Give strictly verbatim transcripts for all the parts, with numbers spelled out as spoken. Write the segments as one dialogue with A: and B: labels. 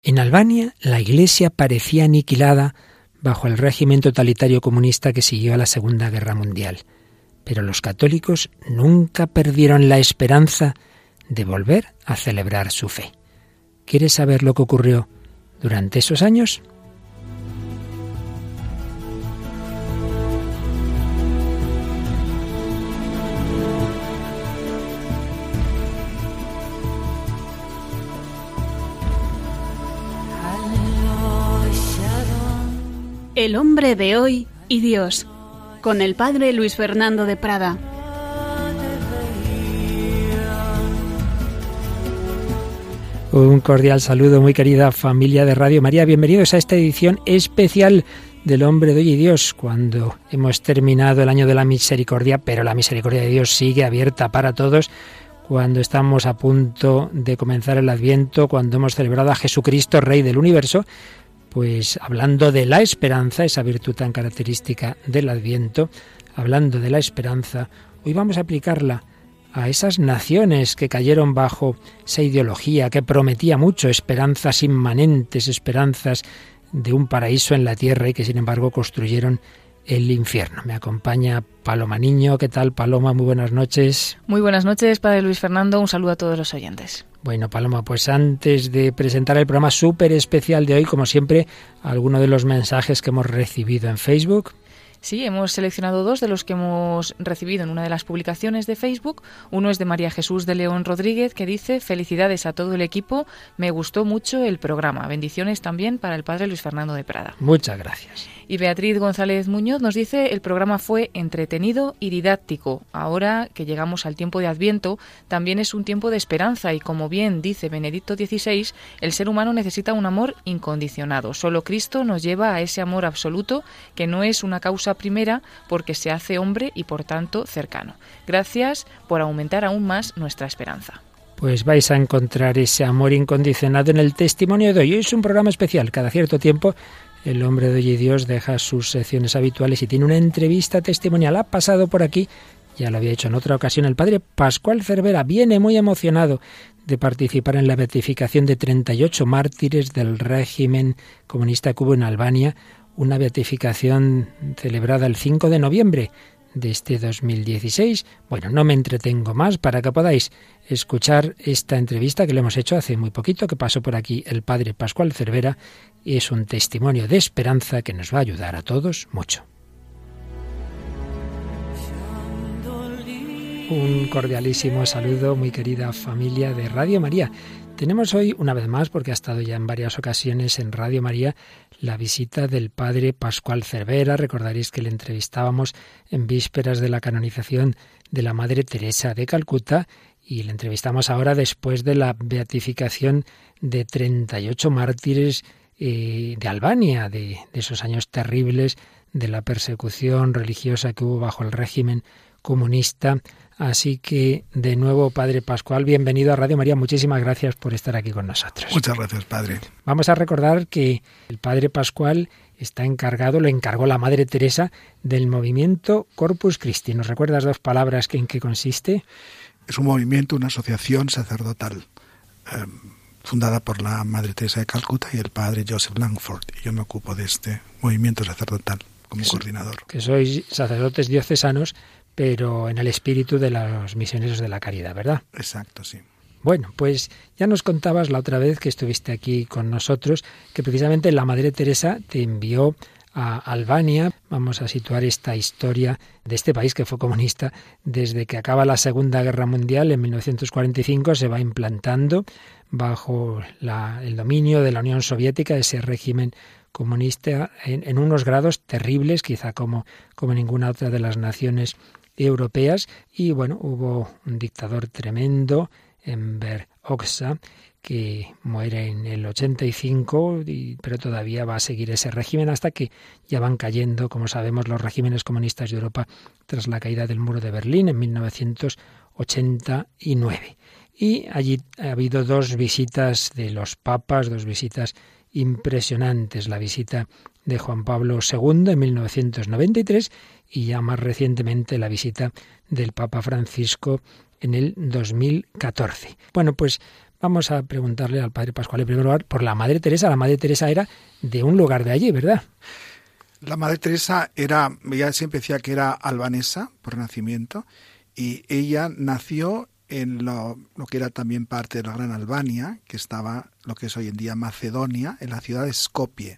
A: En Albania, la Iglesia parecía aniquilada bajo el régimen totalitario comunista que siguió a la Segunda Guerra Mundial. Pero los católicos nunca perdieron la esperanza de volver a celebrar su fe. ¿Quieres saber lo que ocurrió durante esos años?
B: El hombre de hoy y Dios, con el padre Luis Fernando de Prada.
A: Un cordial saludo, muy querida familia de Radio María. Bienvenidos a esta edición especial del hombre de hoy y Dios, cuando hemos terminado el año de la misericordia, pero la misericordia de Dios sigue abierta para todos. Cuando estamos a punto de comenzar el Adviento, cuando hemos celebrado a Jesucristo, Rey del Universo, pues hablando de la esperanza, esa virtud tan característica del Adviento, hablando de la esperanza, hoy vamos a aplicarla a esas naciones que cayeron bajo esa ideología que prometía mucho, esperanzas inmanentes, esperanzas de un paraíso en la tierra y que sin embargo construyeron el infierno. Me acompaña Paloma Niño. ¿Qué tal, Paloma? Muy buenas noches.
C: Muy buenas noches, padre Luis Fernando. Un saludo a todos los oyentes.
A: Bueno, Paloma, pues antes de presentar el programa súper especial de hoy, como siempre, alguno de los mensajes que hemos recibido en Facebook.
C: Sí, hemos seleccionado dos de los que hemos recibido en una de las publicaciones de Facebook. Uno es de María Jesús de León Rodríguez, que dice: felicidades a todo el equipo, me gustó mucho el programa. Bendiciones también para el padre Luis Fernando de Prada.
A: Muchas gracias.
C: Y Beatriz González Muñoz nos dice: el programa fue entretenido y didáctico. Ahora que llegamos al tiempo de Adviento, también es un tiempo de esperanza y, como bien dice Benedicto dieciséis, el ser humano necesita un amor incondicionado. Solo Cristo nos lleva a ese amor absoluto, que no es una causa primera, porque se hace hombre y por tanto cercano. Gracias por aumentar aún más nuestra esperanza.
A: Pues vais a encontrar ese amor incondicionado en el testimonio de hoy. Hoy es un programa especial. Cada cierto tiempo el hombre de hoy y Dios deja sus secciones habituales y tiene una entrevista testimonial. Ha pasado por aquí, ya lo había hecho en otra ocasión, el padre Pascual Cervera. Viene muy emocionado de participar en la beatificación de treinta y ocho mártires del régimen comunista que hubo en Albania, una beatificación celebrada el cinco de noviembre de este dos mil dieciséis. Bueno, no me entretengo más para que podáis escuchar esta entrevista que le hemos hecho hace muy poquito, que pasó por aquí el padre Pascual Cervera, y es un testimonio de esperanza que nos va a ayudar a todos mucho. Un cordialísimo saludo, muy querida familia de Radio María. Tenemos hoy, una vez más, porque ha estado ya en varias ocasiones en Radio María, la visita del padre Pascual Cervera. Recordaréis que le entrevistábamos en vísperas de la canonización de la Madre Teresa de Calcuta y le entrevistamos ahora después de la beatificación de treinta y ocho mártires eh, de Albania, de, de esos años terribles de la persecución religiosa que hubo bajo el régimen comunista. Así que, de nuevo, padre Pascual, bienvenido a Radio María. Muchísimas gracias por estar aquí con nosotros.
D: Muchas gracias, padre.
A: Vamos a recordar que el padre Pascual está encargado, lo encargó la Madre Teresa, del movimiento Corpus Christi. ¿Nos recuerdas dos palabras que, en qué consiste?
D: Es un movimiento, una asociación sacerdotal eh, fundada por la Madre Teresa de Calcuta y el padre Joseph Langford. Y yo me ocupo de este movimiento sacerdotal como sí, coordinador.
A: Que sois sacerdotes diocesanos, pero en el espíritu de los misioneros de la caridad, ¿verdad?
D: Exacto, sí.
A: Bueno, pues ya nos contabas la otra vez que estuviste aquí con nosotros que precisamente la Madre Teresa te envió a Albania. Vamos a situar esta historia de este país que fue comunista desde que acaba la Segunda Guerra Mundial en mil novecientos cuarenta y cinco, se va implantando bajo la, el dominio de la Unión Soviética, ese régimen comunista en, en unos grados terribles, quizá como, como ninguna otra de las naciones europeas. Y bueno, hubo un dictador tremendo, Enver Hoxha, que muere en el ochenta y cinco, y, pero todavía va a seguir ese régimen hasta que ya van cayendo, como sabemos, los regímenes comunistas de Europa tras la caída del muro de Berlín en mil novecientos ochenta y nueve. Y allí ha habido dos visitas de los papas, dos visitas impresionantes, la visita de Juan Pablo segundo en mil novecientos noventa y tres y ya más recientemente la visita del Papa Francisco en el dos mil catorce. Bueno, pues Vamos a preguntarle al padre Pascual en primer lugar por la Madre Teresa. La Madre Teresa era de un lugar de allí, ¿verdad?
D: La Madre Teresa era, ella siempre decía que era albanesa por nacimiento, y ella nació en lo, lo que era también parte de la Gran Albania, que estaba lo que es hoy en día Macedonia, en la ciudad de Skopje,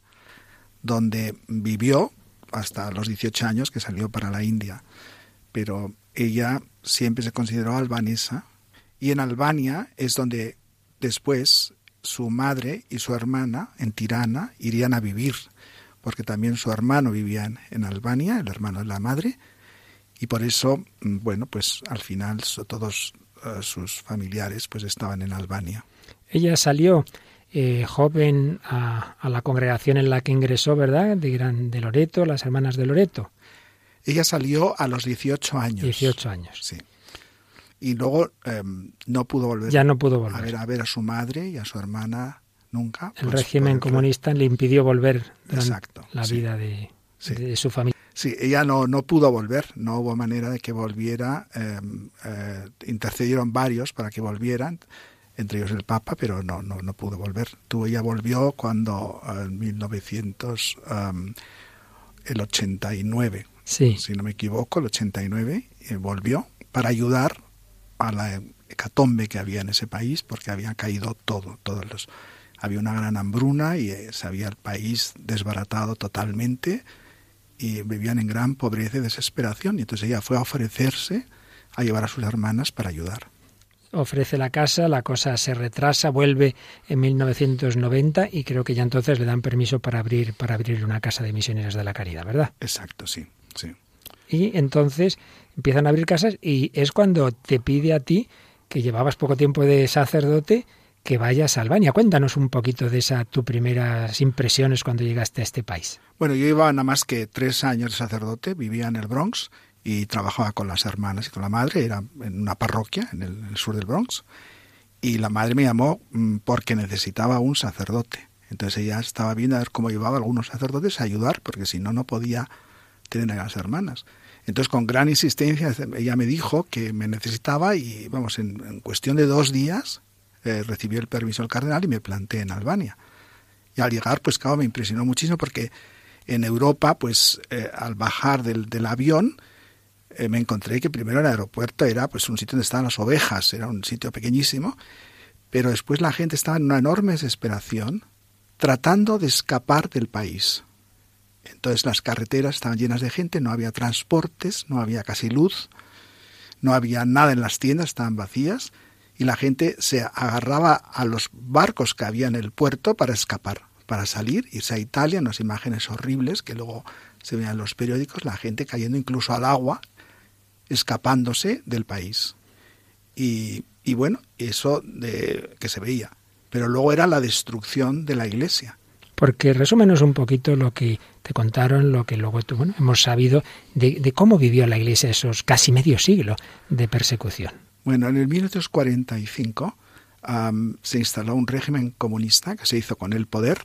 D: donde vivió hasta los dieciocho años, que salió para la India. Pero ella siempre se consideró albanesa, y en Albania es donde después su madre y su hermana en Tirana irían a vivir, porque también su hermano vivía en, en Albania, el hermano de la madre, y por eso, bueno, pues al final todos uh, sus familiares pues estaban en Albania.
A: Ella salió eh, joven a, a la congregación en la que ingresó, ¿verdad?, de, Gran, de Loreto, las hermanas de Loreto.
D: Ella salió a los dieciocho años.
A: dieciocho años.
D: Sí. Y luego eh, no pudo volver.
A: Ya no pudo volver.
D: A ver, a ver a su madre y a su hermana nunca.
A: El
D: pues,
A: régimen comunista le impidió volver durante
D: Exacto,
A: la
D: sí.
A: vida de,
D: sí.
A: de su familia.
D: Sí, ella no, no pudo volver, no hubo manera de que volviera. Eh, eh, intercedieron varios para que volvieran, entre ellos el Papa, pero no, no, no pudo volver. Tú, ella volvió cuando en mil novecientos, um, el ochenta y nueve,
A: sí.
D: si no me equivoco, el ochenta y nueve, eh, volvió para ayudar a la hecatombe que había en ese país, porque había caído todo, todos los, había una gran hambruna y eh, se había el país desbaratado totalmente y vivían en gran pobreza y desesperación, y entonces ella fue a ofrecerse a llevar a sus hermanas para ayudar.
A: Ofrece la casa, la cosa se retrasa, vuelve en mil novecientos noventa y creo que ya entonces le dan permiso para abrir para abrir una casa de misioneros de la caridad, ¿verdad?
D: Exacto, sí, sí.
A: Y entonces empiezan a abrir casas y es cuando te pide a ti, que llevabas poco tiempo de sacerdote, que vayas a Albania. Cuéntanos un poquito de esa tus primeras impresiones cuando llegaste a este país.
D: Bueno, yo iba nada más que tres años de sacerdote, vivía en el Bronx y trabajaba con las hermanas y con la madre, era en una parroquia en el, en el sur del Bronx, y la madre me llamó porque necesitaba un sacerdote. Entonces ella estaba viendo a ver cómo llevaba a algunos sacerdotes a ayudar, porque si no, no podía tener a las hermanas. Entonces, con gran insistencia, ella me dijo que me necesitaba y, vamos, en, en cuestión de dos días eh, recibió el permiso del cardenal y me planté en Albania. Y al llegar, pues claro, me impresionó muchísimo porque en Europa, pues eh, al bajar del, del avión, eh, me encontré que primero el aeropuerto era pues un sitio donde estaban las ovejas, era un sitio pequeñísimo, pero después la gente estaba en una enorme desesperación tratando de escapar del país. Entonces las carreteras estaban llenas de gente, no había transportes, no había casi luz, no había nada en las tiendas, estaban vacías, y la gente se agarraba a los barcos que había en el puerto para escapar, para salir, irse a Italia, unas imágenes horribles que luego se veían en los periódicos, la gente cayendo incluso al agua, escapándose del país. Y, y bueno, eso de, que se veía. Pero luego era la destrucción de la Iglesia.
A: Porque resúmenos un poquito lo que te contaron, lo que luego tú, bueno, hemos sabido de, de cómo vivió la Iglesia esos casi medio siglo de persecución.
D: Bueno, en el mil novecientos cuarenta y cinco um, se instaló un régimen comunista que se hizo con el poder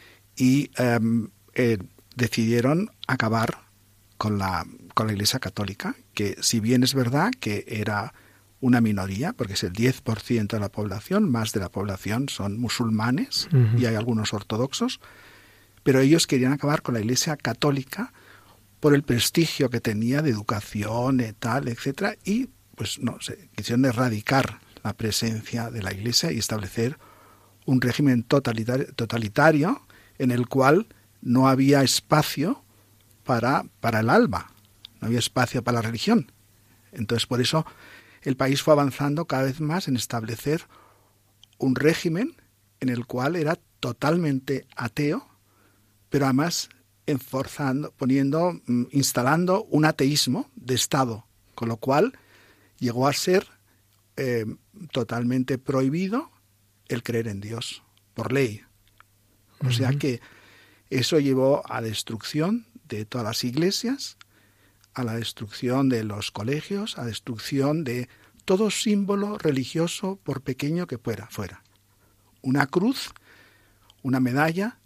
D: y um, eh, decidieron acabar con la, con la Iglesia Católica, que si bien es verdad que era una minoría, porque es el diez por ciento de la población, más de la población son musulmanes, uh-huh. y hay algunos ortodoxos, pero ellos querían acabar con la Iglesia Católica por el prestigio que tenía de educación, y tal, etcétera, y pues no sé, quisieron erradicar la presencia de la Iglesia y establecer un régimen totalitario, totalitario en el cual no había espacio para, para el alma, no había espacio para la religión. Entonces, por eso el país fue avanzando cada vez más en establecer un régimen en el cual era totalmente ateo, pero además enforzando, poniendo, instalando un ateísmo de Estado, con lo cual llegó a ser eh, totalmente prohibido el creer en Dios, por ley. O uh-huh. sea que eso llevó a la destrucción de todas las iglesias, a la destrucción de los colegios, a la destrucción de todo símbolo religioso, por pequeño que fuera. fuera. Una cruz, una medalla,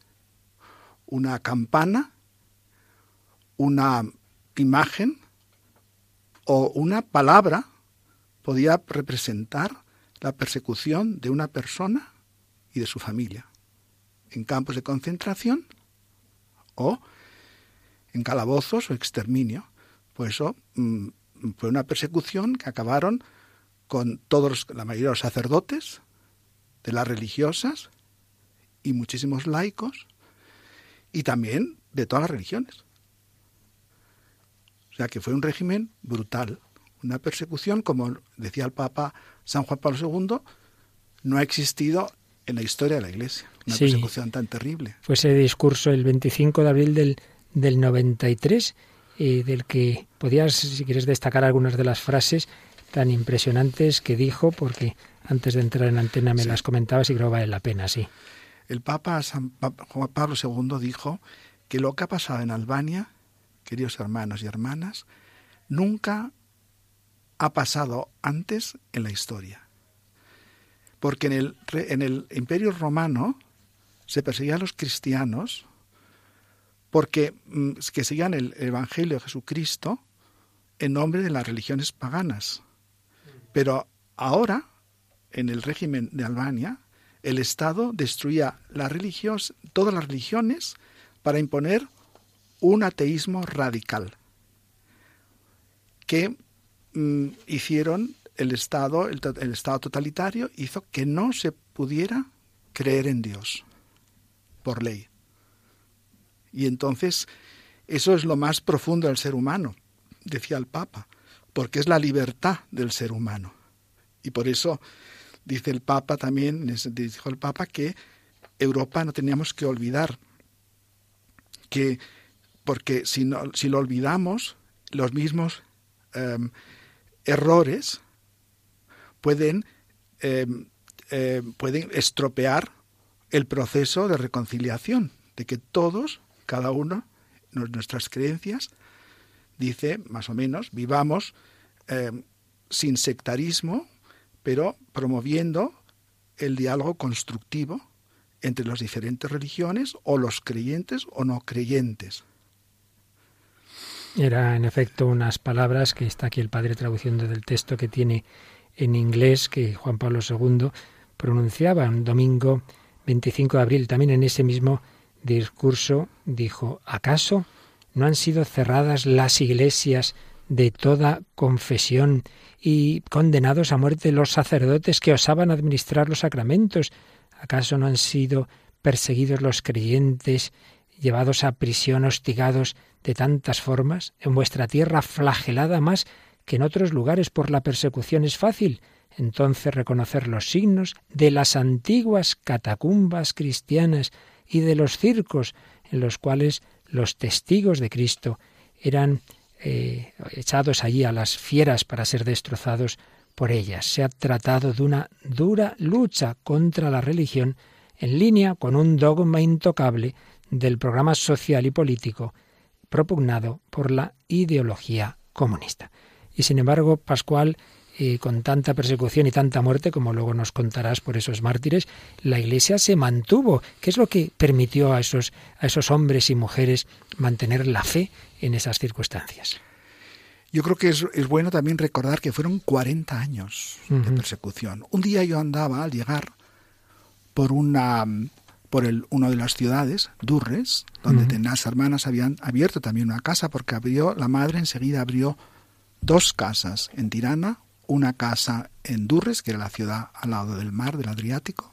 D: una campana, una imagen o una palabra podía representar la persecución de una persona y de su familia, en campos de concentración o en calabozos o exterminio. Por eso mmm, fue una persecución que acabaron con todos, la mayoría de los sacerdotes, de las religiosas y muchísimos laicos, y también de todas las religiones. O sea que fue un régimen brutal, una persecución, como decía el Papa San Juan Pablo segundo, no ha existido en la historia de la Iglesia, una sí, persecución tan terrible.
A: Fue ese discurso el veinticinco de abril del, del noventa y tres, eh, del que podías, si quieres, destacar algunas de las frases tan impresionantes que dijo, porque antes de entrar en antena me sí. las comentabas y creo que vale la pena, sí.
D: El Papa San Juan Pablo segundo dijo que lo que ha pasado en Albania, queridos hermanos y hermanas, nunca ha pasado antes en la historia. Porque en el, en el Imperio Romano se perseguía a los cristianos porque que seguían el Evangelio de Jesucristo en nombre de las religiones paganas. Pero ahora, en el régimen de Albania, el Estado destruía las religios, todas las religiones para imponer un ateísmo radical que mm, hicieron el Estado, el, el Estado totalitario hizo que no se pudiera creer en Dios por ley. Y entonces eso es lo más profundo del ser humano, decía el Papa, porque es la libertad del ser humano. Y por eso dice el Papa también, dijo el Papa, que Europa no teníamos que olvidar, que porque si, no, si lo olvidamos, los mismos eh, errores pueden, eh, eh, pueden estropear el proceso de reconciliación, de que todos, cada uno, nuestras creencias, dice, más o menos, vivamos eh, sin sectarismo, pero promoviendo el diálogo constructivo entre las diferentes religiones, o los creyentes o no creyentes.
A: Era, en efecto, unas palabras que está aquí el padre traduciendo del texto que tiene en inglés, que Juan Pablo segundo pronunciaba un domingo veinticinco de abril. También en ese mismo discurso dijo: ¿acaso no han sido cerradas las iglesias de toda confesión y condenados a muerte los sacerdotes que osaban administrar los sacramentos? ¿Acaso no han sido perseguidos los creyentes, llevados a prisión, hostigados de tantas formas? En vuestra tierra flagelada más que en otros lugares por la persecución es fácil. Entonces reconocer los signos de las antiguas catacumbas cristianas y de los circos en los cuales los testigos de Cristo eran eh, echados allí a las fieras para ser destrozados por ellas. Se ha tratado de una dura lucha contra la religión en línea con un dogma intocable del programa social y político propugnado por la ideología comunista. Y sin embargo, Pascual, eh, con tanta persecución y tanta muerte, como luego nos contarás por esos mártires, la Iglesia se mantuvo. ¿Qué es lo que permitió a esos, a esos hombres y mujeres mantener la fe en esas circunstancias?
D: Yo creo que es, es bueno también recordar que fueron cuarenta años uh-huh. de persecución. Un día yo andaba al llegar por una por el, una de las ciudades, Durres, donde uh-huh. las hermanas habían abierto también una casa, porque abrió, la madre enseguida abrió dos casas en Tirana, una casa en Durres, que era la ciudad al lado del mar, del Adriático,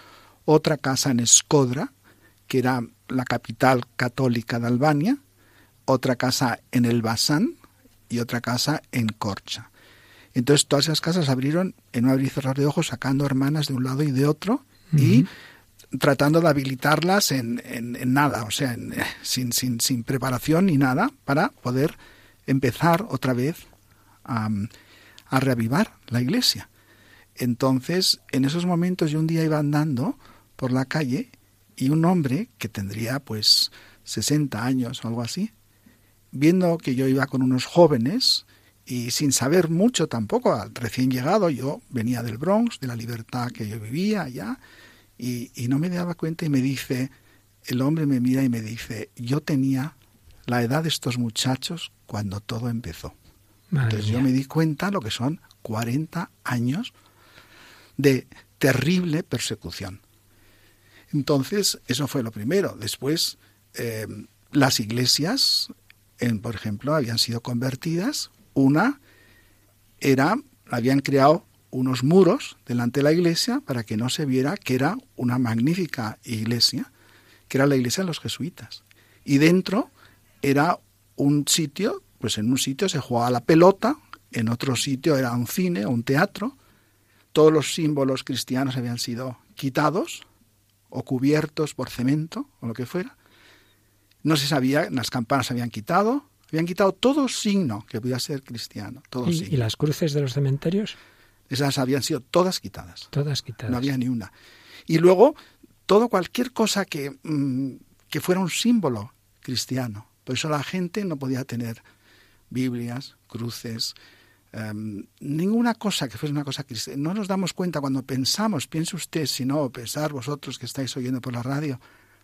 D: otra casa en Escodra, que era la capital católica de Albania, otra casa en Elbasan y otra casa en Korcha. Entonces todas esas casas abrieron en un abrir y cerrar de ojos, sacando hermanas de un lado y de otro, uh-huh. y tratando de habilitarlas en, en, en nada, o sea, en, sin, sin, sin preparación ni nada, para poder empezar otra vez a, a reavivar la Iglesia. Entonces, en esos momentos yo un día iba andando por la calle y un hombre que tendría pues sesenta años o algo así, viendo que yo iba con unos jóvenes y sin saber mucho tampoco, recién llegado, yo venía del Bronx, de la libertad que yo vivía allá, y, y no me daba cuenta y me dice, el hombre me mira y me dice, yo tenía la edad de estos muchachos cuando todo empezó. Madre Entonces mía. Yo me di cuenta lo que son cuarenta años de terrible persecución. Entonces, eso fue lo primero. Después, eh, las iglesias, en, por ejemplo, habían sido convertidas. Una era, habían creado unos muros delante de la iglesia para que no se viera que era una magnífica iglesia, que era la iglesia de los jesuitas. Y dentro era un sitio, pues en un sitio se jugaba la pelota, en otro sitio era un cine o un teatro. Todos los símbolos cristianos habían sido quitados o cubiertos por cemento o lo que fuera. No se sabía, las campanas se habían quitado, habían quitado todo signo que pudiera ser cristiano. Todo
A: ¿Y,
D: signo.
A: ¿Y las cruces de los cementerios?
D: Esas habían sido todas quitadas.
A: Todas quitadas.
D: No había ni una. Y luego, todo cualquier cosa que, mmm, que fuera un símbolo cristiano. Por eso la gente no podía tener Biblias, cruces, um, ninguna cosa que fuese una cosa cristiana. No nos damos cuenta cuando pensamos, piense usted, si no, pensar vosotros que estáis oyendo por la radio,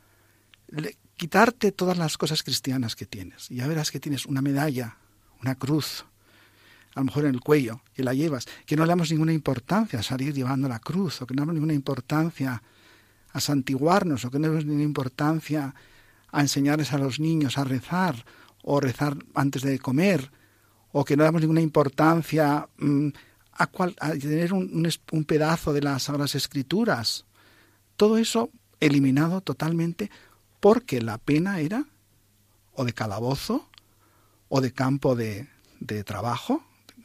D: le, quitarte todas las cosas cristianas que tienes. Y ya verás que tienes una medalla, una cruz, a lo mejor en el cuello, que la llevas, que no le damos ninguna importancia a salir llevando la cruz, o que no le damos ninguna importancia a santiguarnos, o que no le damos ninguna importancia a enseñarles a los niños a rezar, o rezar antes de comer, o que no le damos ninguna importancia mmm, a, cual, a tener un, un, un pedazo de las Sagradas Escrituras. Todo eso eliminado totalmente, porque la pena era o de calabozo, o de campo de, de trabajo,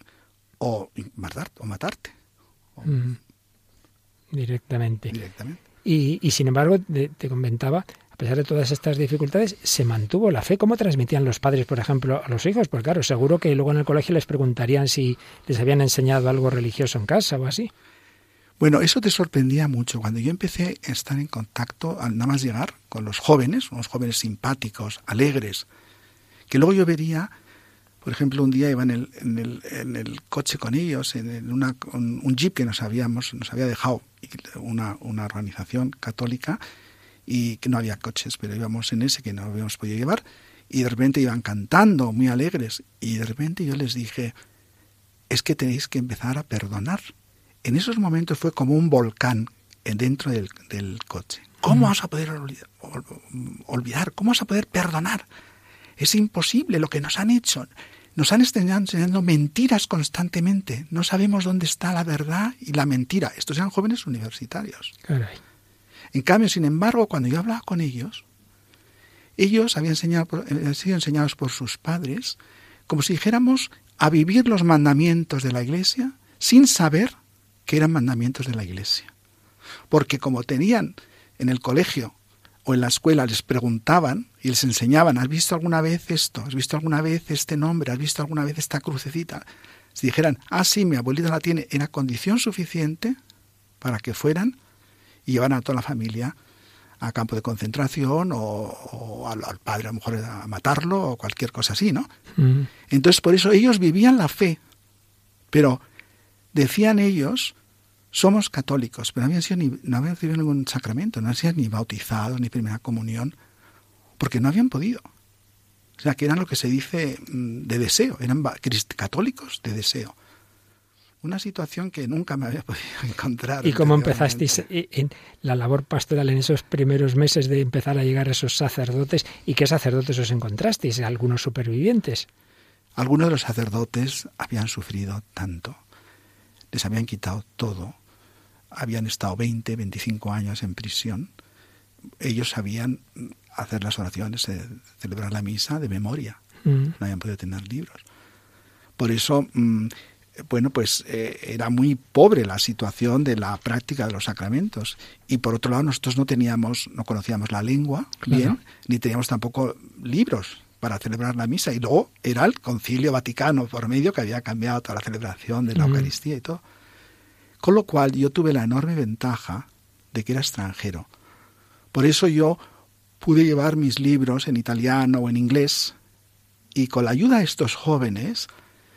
D: o matarte. O matarte o
A: mm, directamente.
D: directamente.
A: Y, y sin embargo, te, te comentaba, a pesar de todas estas dificultades, se mantuvo la fe. ¿Cómo transmitían los padres, por ejemplo, a los hijos? Porque claro, seguro que luego en el colegio les preguntarían si les habían enseñado algo religioso en casa o así.
D: Bueno, eso te sorprendía mucho. Cuando yo empecé a estar en contacto, al nada más llegar, con los jóvenes, unos jóvenes simpáticos, alegres, que luego yo vería, por ejemplo, un día iba en el, en el, en el coche con ellos, en una, un, un jeep que nos habíamos, nos había dejado una, una organización católica, y que no había coches, pero íbamos en ese que no habíamos podido llevar, y de repente iban cantando, muy alegres, y de repente yo les dije, es que tenéis que empezar a perdonar. En esos momentos fue como un volcán dentro del, del coche. ¿Cómo vas a poder olvidar, olvidar? ¿Cómo vas a poder perdonar? Es imposible lo que nos han hecho. Nos han estado enseñando mentiras constantemente. No sabemos dónde está la verdad y la mentira. Estos eran jóvenes universitarios.
A: Caray.
D: En cambio, sin embargo, cuando yo hablaba con ellos, ellos habían, enseñado, habían sido enseñados por sus padres, como si dijéramos, a vivir los mandamientos de la Iglesia sin saber que eran mandamientos de la Iglesia. Porque como tenían en el colegio o en la escuela, les preguntaban y les enseñaban, ¿has visto alguna vez esto? ¿Has visto alguna vez este nombre? ¿Has visto alguna vez esta crucecita? Si dijeran, ah, sí, mi abuelita la tiene, era condición suficiente para que fueran y llevaran a toda la familia a campo de concentración o, o al, al padre a lo mejor a matarlo o cualquier cosa así, ¿no? Mm. Entonces, por eso ellos vivían la fe, pero decían ellos, somos católicos, pero no habían sido ni, no habían recibido ningún sacramento, no habían sido ni bautizados, ni primera comunión, porque no habían podido. O sea, que eran lo que se dice de deseo, eran católicos de deseo. Una situación que nunca me había podido encontrar.
A: ¿Y cómo empezasteis en la labor pastoral en esos primeros meses de empezar a llegar a esos sacerdotes? ¿Y qué sacerdotes os encontrasteis? ¿Algunos supervivientes?
D: Algunos de los sacerdotes habían sufrido tanto, les habían quitado todo, habían estado veinte, veinticinco años en prisión. Ellos sabían hacer las oraciones, celebrar la misa de memoria, mm. no habían podido tener libros. Por eso... Mmm, bueno, pues eh, era muy pobre la situación de la práctica de los sacramentos. Y por otro lado, nosotros no teníamos, no conocíamos la lengua bien, claro, ni teníamos tampoco libros para celebrar la misa. Y luego era el Concilio Vaticano por medio que había cambiado toda la celebración de la mm. Eucaristía y todo. Con lo cual yo tuve la enorme ventaja de que era extranjero. Por eso yo pude llevar mis libros en italiano o en inglés y con la ayuda de estos jóvenes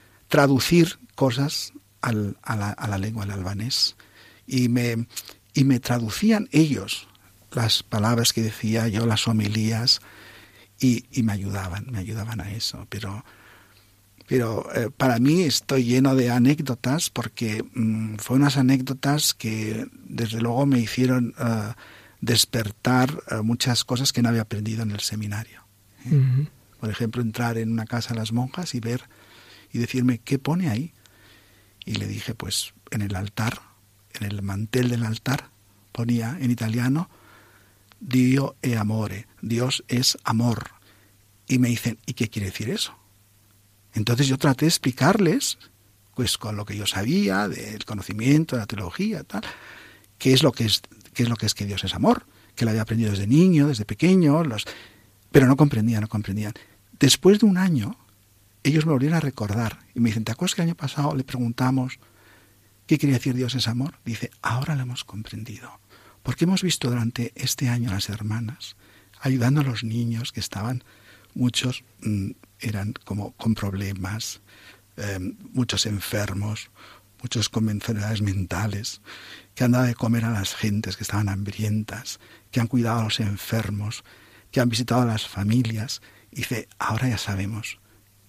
D: traducir cosas al, a, la, a la lengua del albanés y me, y me traducían ellos las palabras que decía yo, las homilías y, y me ayudaban, me ayudaban a eso, pero Pero eh, para mí estoy lleno de anécdotas porque mmm, fue unas anécdotas que desde luego me hicieron uh, despertar uh, muchas cosas que no había aprendido en el seminario. ¿eh? Uh-huh. Por ejemplo, entrar en una casa de las monjas y ver y decirme, ¿qué pone ahí? Y le dije, pues en el altar, en el mantel del altar, ponía en italiano, Dio è amore, Dios es amor. Y me dicen, ¿y qué quiere decir eso? Entonces yo traté de explicarles, pues con lo que yo sabía del conocimiento, de la teología, tal, qué es lo que es, qué es lo que es que Dios es amor, que lo había aprendido desde niño, desde pequeño, los, pero no comprendían, no comprendían. Después de un año, ellos me volvieron a recordar y me dicen, ¿te acuerdas que el año pasado le preguntamos qué quería decir Dios es amor? Dice, ahora lo hemos comprendido, porque hemos visto durante este año a las hermanas ayudando a los niños que estaban, muchos mmm, eran como con problemas, eh, muchos enfermos, muchos con enfermedades mentales, que han dado de comer a las gentes que estaban hambrientas, que han cuidado a los enfermos, que han visitado a las familias. Y dice, ahora ya sabemos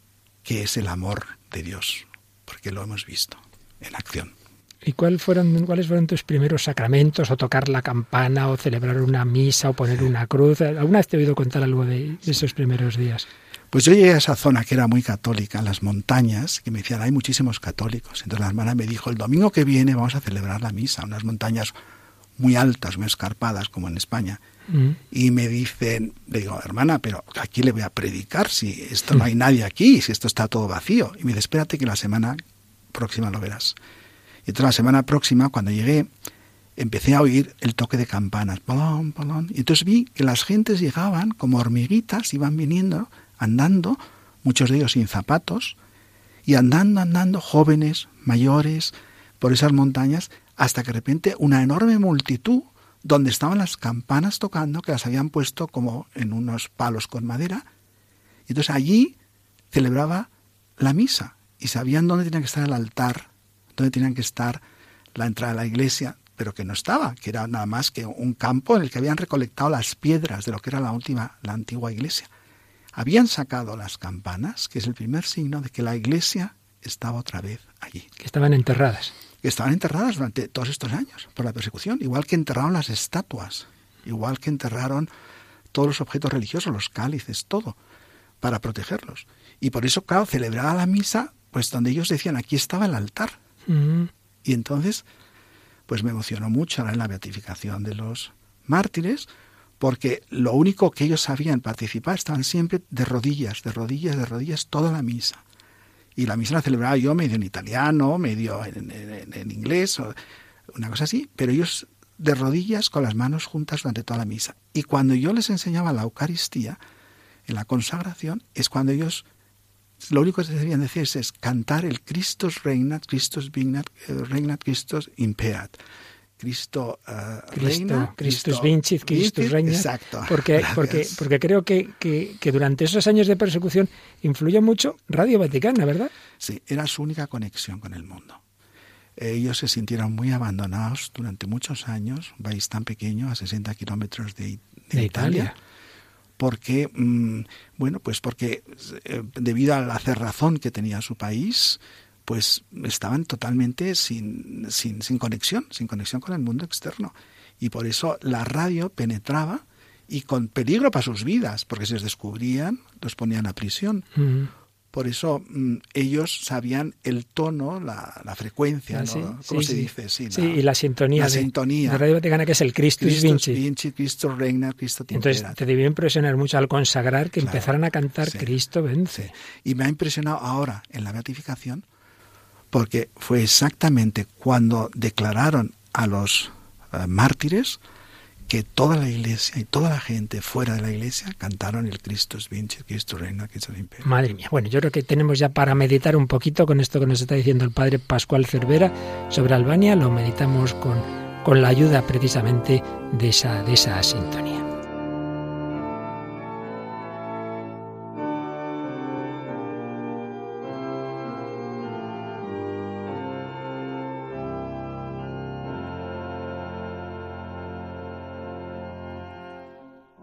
D: qué es el amor de Dios, porque lo hemos visto en acción.
A: ¿Y cuál fueron, cuáles fueron tus primeros sacramentos? ¿O tocar la campana, o celebrar una misa, o poner una cruz? ¿Alguna vez te he oído contar algo de esos primeros días?
D: Pues yo llegué a esa zona que era muy católica, en las montañas, que me decían, hay muchísimos católicos. Entonces la hermana me dijo, el domingo que viene vamos a celebrar la misa, unas montañas muy altas, muy escarpadas, como en España. Mm. Y me dicen, le digo, hermana, pero aquí le voy a predicar, si esto no hay nadie aquí, si esto está todo vacío. Y me dice, espérate que la semana próxima lo verás. Y entonces la semana próxima, cuando llegué, empecé a oír el toque de campanas. Palón, palón. Y entonces vi que las gentes llegaban como hormiguitas, iban viniendo, andando, muchos de ellos sin zapatos, y andando, andando, jóvenes, mayores, por esas montañas, hasta que de repente una enorme multitud, donde estaban las campanas tocando, que las habían puesto como en unos palos con madera, y entonces allí celebraba la misa, y sabían dónde tenía que estar el altar, donde tenían que estar la entrada a la iglesia, pero que no estaba, que era nada más que un campo en el que habían recolectado las piedras de lo que era la última, la antigua iglesia. Habían sacado las campanas, que es el primer signo de que la iglesia estaba otra vez allí.
A: Que estaban enterradas.
D: Que estaban enterradas durante todos estos años por la persecución, igual que enterraron las estatuas, igual que enterraron todos los objetos religiosos, los cálices, todo, para protegerlos. Y por eso, claro, celebraba la misa, pues donde ellos decían, aquí estaba el altar. Uh-huh. Y entonces, pues me emocionó mucho ahora en la beatificación de los mártires, porque lo único que ellos sabían participar, estaban siempre de rodillas, de rodillas, de rodillas, toda la misa. Y la misa la celebraba yo medio en italiano, medio en, en, en inglés, o una cosa así, pero ellos de rodillas con las manos juntas durante toda la misa. Y cuando yo les enseñaba la Eucaristía, en la consagración, es cuando ellos, lo único que debían decir es cantar el Christus regnat, Christus vignat, regnat, Christus imperat. Cristo uh,
A: Cristo,
D: reina,
A: Christus vincit, Christus regnat.
D: Exacto.
A: Porque, porque, porque creo que, que, que durante esos años de persecución influyó mucho Radio Vaticana, ¿verdad?
D: Sí, era su única conexión con el mundo. Ellos se sintieron muy abandonados durante muchos años, un país tan pequeño, a sesenta kilómetros de, de,
A: de
D: Italia.
A: Italia.
D: Porque, mmm, bueno, pues porque eh, debido a la cerrazón que tenía su país, pues estaban totalmente sin, sin, sin conexión, sin conexión con el mundo externo. Y por eso la radio penetraba y con peligro para sus vidas, porque si los descubrían, los ponían a prisión. Uh-huh. Por eso mmm, ellos sabían el tono, la, la frecuencia, ah, ¿no?
A: Sí,
D: ¿Cómo
A: sí,
D: se
A: sí.
D: dice? Sí,
A: sí
D: la,
A: y la sintonía,
D: la
A: de,
D: sintonía
A: de Radio Vaticana, que es el Christus,
D: Christus
A: vincit.
D: vincit, Christus regnat, Christus imperat.
A: Entonces te debió impresionar mucho al consagrar que
D: claro,
A: empezaran a cantar
D: sí,
A: Cristo vence.
D: Sí. Y me ha impresionado ahora en la beatificación, porque fue exactamente cuando declararon a los uh, mártires que toda la iglesia y toda la gente fuera de la iglesia cantaron el Christus vincit, Christus regnat, Christus imperat.
A: Madre mía, bueno, yo creo que tenemos ya para meditar un poquito con esto que nos está diciendo el padre Pascual Cervera sobre Albania. Lo meditamos con, con la ayuda precisamente de esa, de esa sintonía.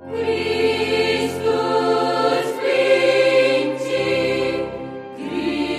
E: Christus vincit, Christus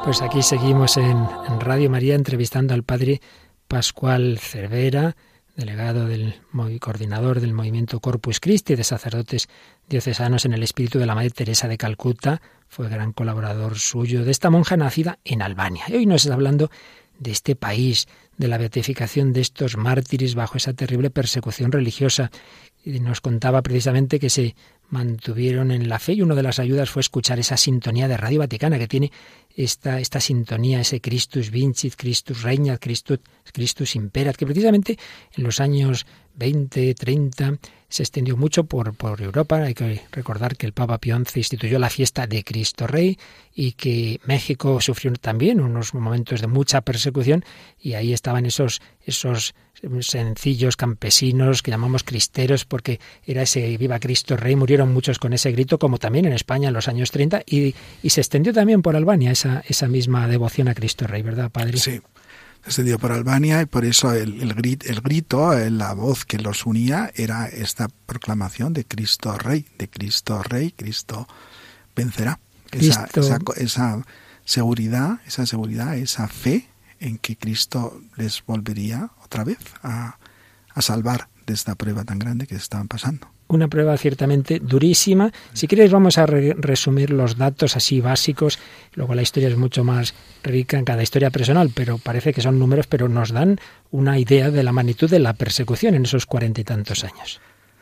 A: Pues aquí seguimos en, en Radio María entrevistando al padre Pascual Cervera, delegado del coordinador del movimiento Corpus Christi de sacerdotes diocesanos en el espíritu de la Madre Teresa de Calcuta. Fue gran colaborador suyo de esta monja nacida en Albania. Y hoy nos está hablando de este país, de la beatificación de estos mártires bajo esa terrible persecución religiosa. Y nos contaba precisamente que se mantuvieron en la fe, y una de las ayudas fue escuchar esa sintonía de Radio Vaticana que tiene esta, esta sintonía, ese Christus Vincit, Christus Regnat, Christus, Christus Imperat, que precisamente en los años veinte, treinta se extendió mucho por, por Europa. Hay que recordar que el Papa Pío once instituyó la fiesta de Cristo Rey y que México sufrió también unos momentos de mucha persecución, y ahí estaban esos, esos sencillos campesinos que llamamos cristeros, porque era ese viva Cristo Rey. Murieron muchos con ese grito, como también en España en los años treinta, y, y se extendió también por Albania esa, esa misma devoción a Cristo Rey, ¿verdad, padre?
D: Sí, se extendió por Albania, y por eso el, el, grit, el grito, la voz que los unía era esta proclamación de Cristo Rey, de Cristo Rey, Cristo vencerá. Esa, esa, esa seguridad, esa seguridad, esa fe en que Cristo les volvería otra vez a, a salvar de esta prueba tan grande que estaban pasando.
A: Una prueba ciertamente durísima. Si queréis vamos a re- resumir los datos así básicos. Luego la historia es mucho más rica en cada historia personal, pero parece que son números, pero nos dan una idea de la magnitud de la persecución en esos cuarenta y tantos años.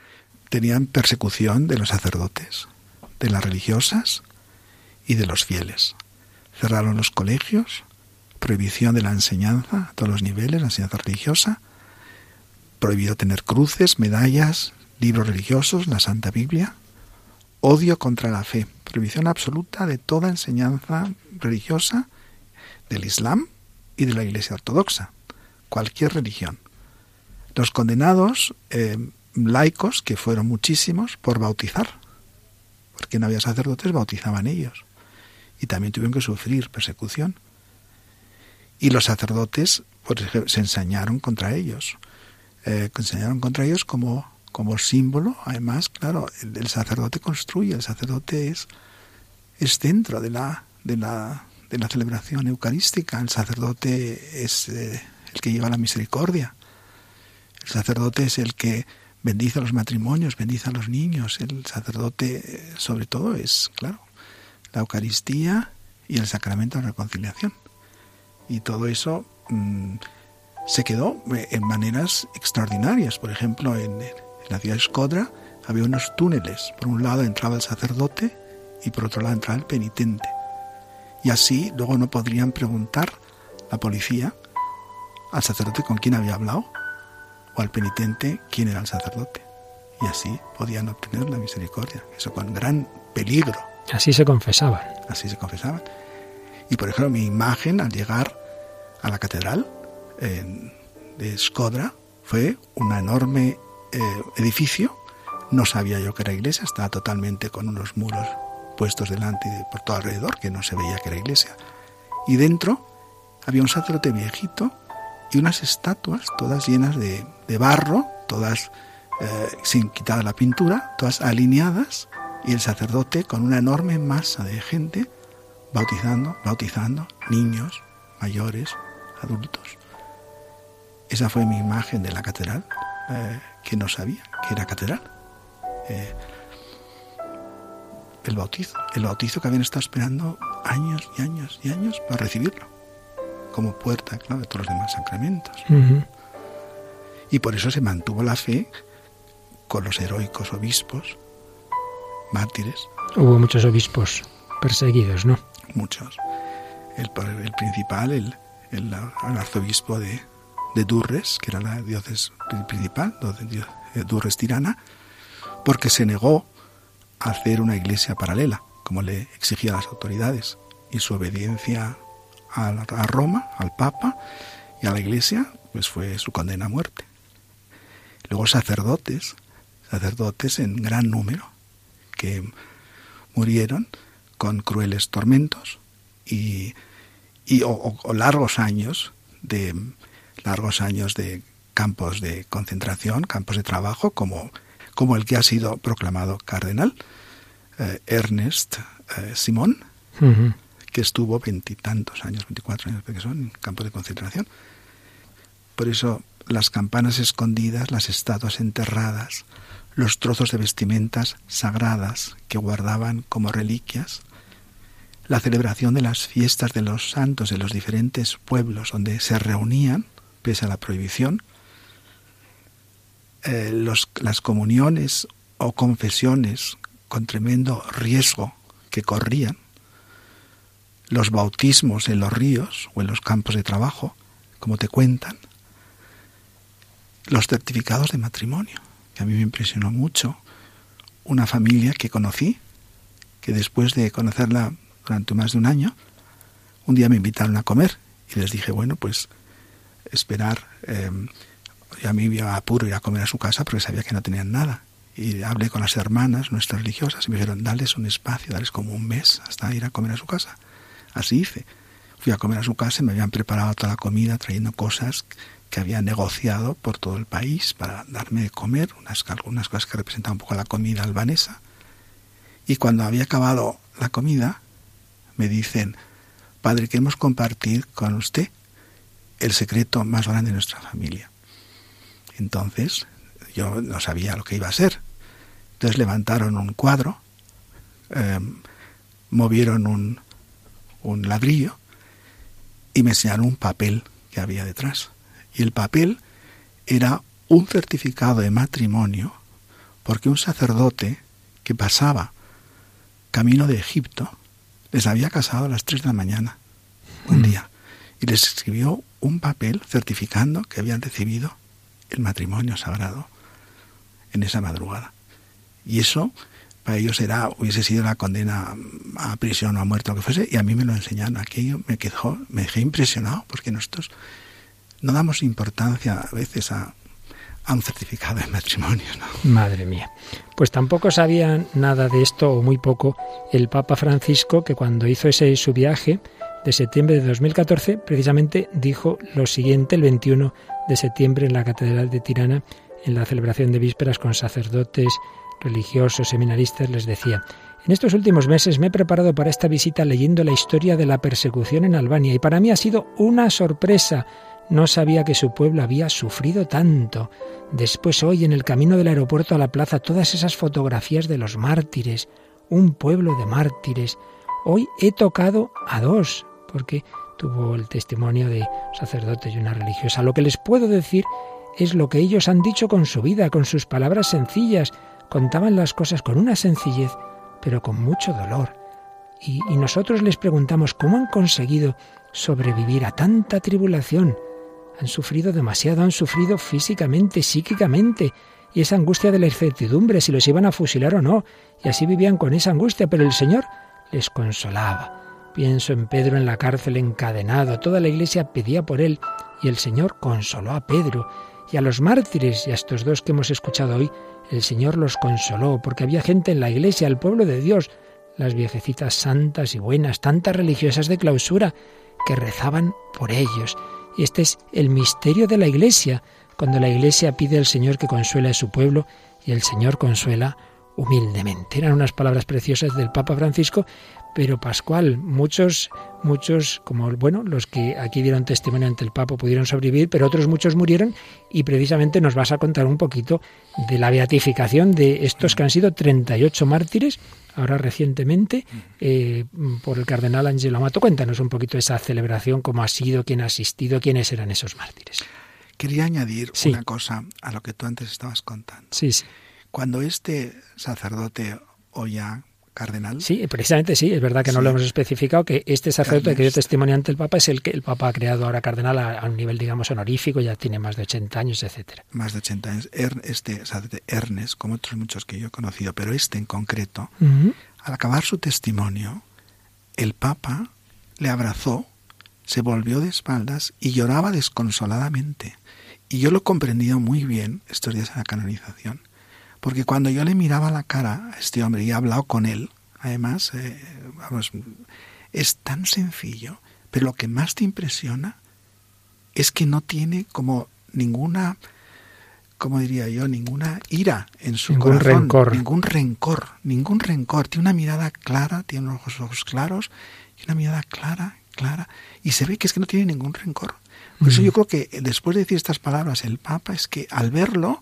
D: Tenían persecución de los sacerdotes, de las religiosas y de los fieles. Cerraron los colegios, prohibición de la enseñanza a todos los niveles, la enseñanza religiosa, prohibido tener cruces, medallas, libros religiosos, la Santa Biblia, odio contra la fe, prohibición absoluta de toda enseñanza religiosa del Islam y de la Iglesia Ortodoxa, cualquier religión. Los condenados eh, laicos, que fueron muchísimos, por bautizar, porque no había sacerdotes, bautizaban ellos, y también tuvieron que sufrir persecución. Y los sacerdotes pues, se ensañaron contra ellos, eh, se ensañaron contra ellos como como símbolo. Además, claro, el, el sacerdote construye, el sacerdote es, es dentro de la, de, la, de la celebración eucarística, el sacerdote es eh, el que lleva la misericordia, el sacerdote es el que bendice a los matrimonios, bendice a los niños, el sacerdote sobre todo es, claro, la Eucaristía y el sacramento de reconciliación. Y todo eso mmm, se quedó en maneras extraordinarias. Por ejemplo, en, en la ciudad de Shkodra había unos túneles. Por un lado entraba el sacerdote y por otro lado entraba el penitente. Y así luego no podrían preguntar la policía al sacerdote con quién había hablado o al penitente quién era el sacerdote. Y así podían obtener la misericordia. Eso con gran peligro.
A: Así se confesaban.
D: Así se confesaban. Y por ejemplo, mi imagen al llegar a la catedral eh, de Shkodra fue un enorme eh, edificio. No sabía yo que era iglesia, estaba totalmente con unos muros puestos delante y por todo alrededor, que no se veía que era iglesia. Y dentro había un sacerdote viejito y unas estatuas todas llenas de, de barro, todas eh, sin quitar la pintura, todas alineadas, y el sacerdote con una enorme masa de gente bautizando, bautizando niños, mayores, adultos. Esa fue mi imagen de la catedral, eh, que no sabía que era catedral. Eh, el bautizo, el bautizo que habían estado esperando años y años y años para recibirlo, como puerta, claro, de todos los demás sacramentos.
A: Uh-huh.
D: Y por eso se mantuvo la fe con los heroicos obispos, mártires.
A: Hubo muchos obispos perseguidos, ¿no?
D: Muchos. El, el principal, el, el, el arzobispo de, de Durres, que era la diócesis principal, Durres Tirana, porque se negó a hacer una iglesia paralela, como le exigían las autoridades, y su obediencia a, a Roma, al Papa y a la iglesia, pues fue su condena a muerte. Luego sacerdotes, sacerdotes en gran número, que murieron con crueles tormentos y, y o, o, o largos años de largos años de campos de concentración, campos de trabajo, como, como el que ha sido proclamado cardenal, eh, Ernest eh, Simón, uh-huh. que estuvo veintitantos años, veinticuatro años, porque son en campos de concentración. Por eso las campanas escondidas, las estatuas enterradas, los trozos de vestimentas sagradas que guardaban como reliquias, la celebración de las fiestas de los santos de los diferentes pueblos donde se reunían, pese a la prohibición, eh, los, las comuniones o confesiones con tremendo riesgo que corrían, los bautismos en los ríos o en los campos de trabajo, como te cuentan, los certificados de matrimonio, que a mí me impresionó mucho, una familia que conocí, que después de conocerla durante más de un año, un día me invitaron a comer y les dije, bueno, pues esperar, eh, y a mí me iba a apuro ir a comer a su casa porque sabía que no tenían nada. Y hablé con las hermanas, nuestras religiosas, y me dijeron, dales un espacio, dales como un mes hasta ir a comer a su casa. Así hice. Fui a comer a su casa y me habían preparado toda la comida, trayendo cosas que habían negociado por todo el país para darme de comer, unas, algunas cosas que representaban un poco la comida albanesa. Y cuando había acabado la comida, me dicen, padre, queremos compartir con usted el secreto más grande de nuestra familia. Entonces, yo no sabía lo que iba a ser. Entonces levantaron un cuadro, eh, movieron un, un ladrillo y me enseñaron un papel que había detrás. Y el papel era un certificado de matrimonio porque un sacerdote que pasaba camino de Egipto les había casado a las tres de la mañana un día y les escribió un papel certificando que habían recibido el matrimonio sagrado en esa madrugada. Y eso para ellos era, hubiese sido la condena a prisión o a muerte o lo que fuese, y a mí me lo enseñaron. Aquello me quedó, me dejé impresionado, porque nosotros no damos importancia a veces a, a un certificado de matrimonio, ¿no?
A: Madre mía. Pues tampoco sabía nada de esto, o muy poco, el Papa Francisco, que cuando hizo ese su viaje de septiembre de dos mil catorce, precisamente dijo lo siguiente el veintiuno de septiembre en la Catedral de Tirana, en la celebración de vísperas con sacerdotes, religiosos, seminaristas, les decía: en estos últimos meses me he preparado para esta visita leyendo la historia de la persecución en Albania y para mí ha sido una sorpresa. No sabía que su pueblo había sufrido tanto. Después hoy, en el camino del aeropuerto a la plaza, todas esas fotografías de los mártires, un pueblo de mártires. Hoy he tocado a dos, porque tuvo el testimonio de sacerdotes y una religiosa. Lo que les puedo decir es lo que ellos han dicho con su vida, con sus palabras sencillas. Contaban las cosas con una sencillez, pero con mucho dolor. Y, y nosotros les preguntamos cómo han conseguido sobrevivir a tanta tribulación. Han sufrido demasiado, han sufrido físicamente, psíquicamente, y esa angustia de la incertidumbre, si los iban a fusilar o no, y así vivían con esa angustia, pero el Señor les consolaba. Pienso en Pedro en la cárcel encadenado, toda la iglesia pedía por él, y el Señor consoló a Pedro, y a los mártires, y a estos dos que hemos escuchado hoy, el Señor los consoló, porque había gente en la iglesia, el pueblo de Dios, las viejecitas santas y buenas, tantas religiosas de clausura, que rezaban por ellos. Y este es el misterio de la Iglesia, cuando la Iglesia pide al Señor que consuele a su pueblo y el Señor consuela humildemente. Eran unas palabras preciosas del Papa Francisco, pero Pascual, muchos, muchos, como bueno, los que aquí dieron testimonio ante el Papa pudieron sobrevivir, pero otros muchos murieron, y precisamente nos vas a contar un poquito de la beatificación de estos que han sido treinta y ocho mártires, ahora recientemente, eh, por el cardenal Angelo Amato. Cuéntanos un poquito esa celebración, cómo ha sido, quién ha asistido, quiénes eran esos mártires.
D: Quería añadir
A: sí.
D: una cosa a lo que tú antes estabas contando.
A: Sí, sí.
D: Cuando este sacerdote o ya cardenal...
A: Sí, precisamente sí, es verdad que no
D: sí.
A: lo hemos especificado, que este sacerdote
D: Ernest.
A: que dio testimonio ante el Papa es el que el Papa ha creado ahora cardenal a, a un nivel, digamos, honorífico, ya tiene más de ochenta años, etcétera.
D: Más de ochenta años. Este sacerdote Ernest, como otros muchos que yo he conocido, pero este en concreto,
A: Uh-huh.
D: al acabar su testimonio, el Papa le abrazó, se volvió de espaldas y lloraba desconsoladamente. Y yo lo he comprendido muy bien estos días en la canonización, porque cuando yo le miraba la cara a este hombre y he hablado con él, además, eh, vamos, es tan sencillo, pero lo que más te impresiona es que no tiene como ninguna ¿cómo diría yo? Ninguna ira en su
A: ningún
D: corazón.
A: Rencor.
D: Ningún rencor. Ningún rencor. Tiene una mirada clara, tiene unos ojos, ojos claros, y una mirada clara, clara. Y se ve que es que no tiene ningún rencor. Por eso yo creo que después de decir estas palabras el Papa, es que al verlo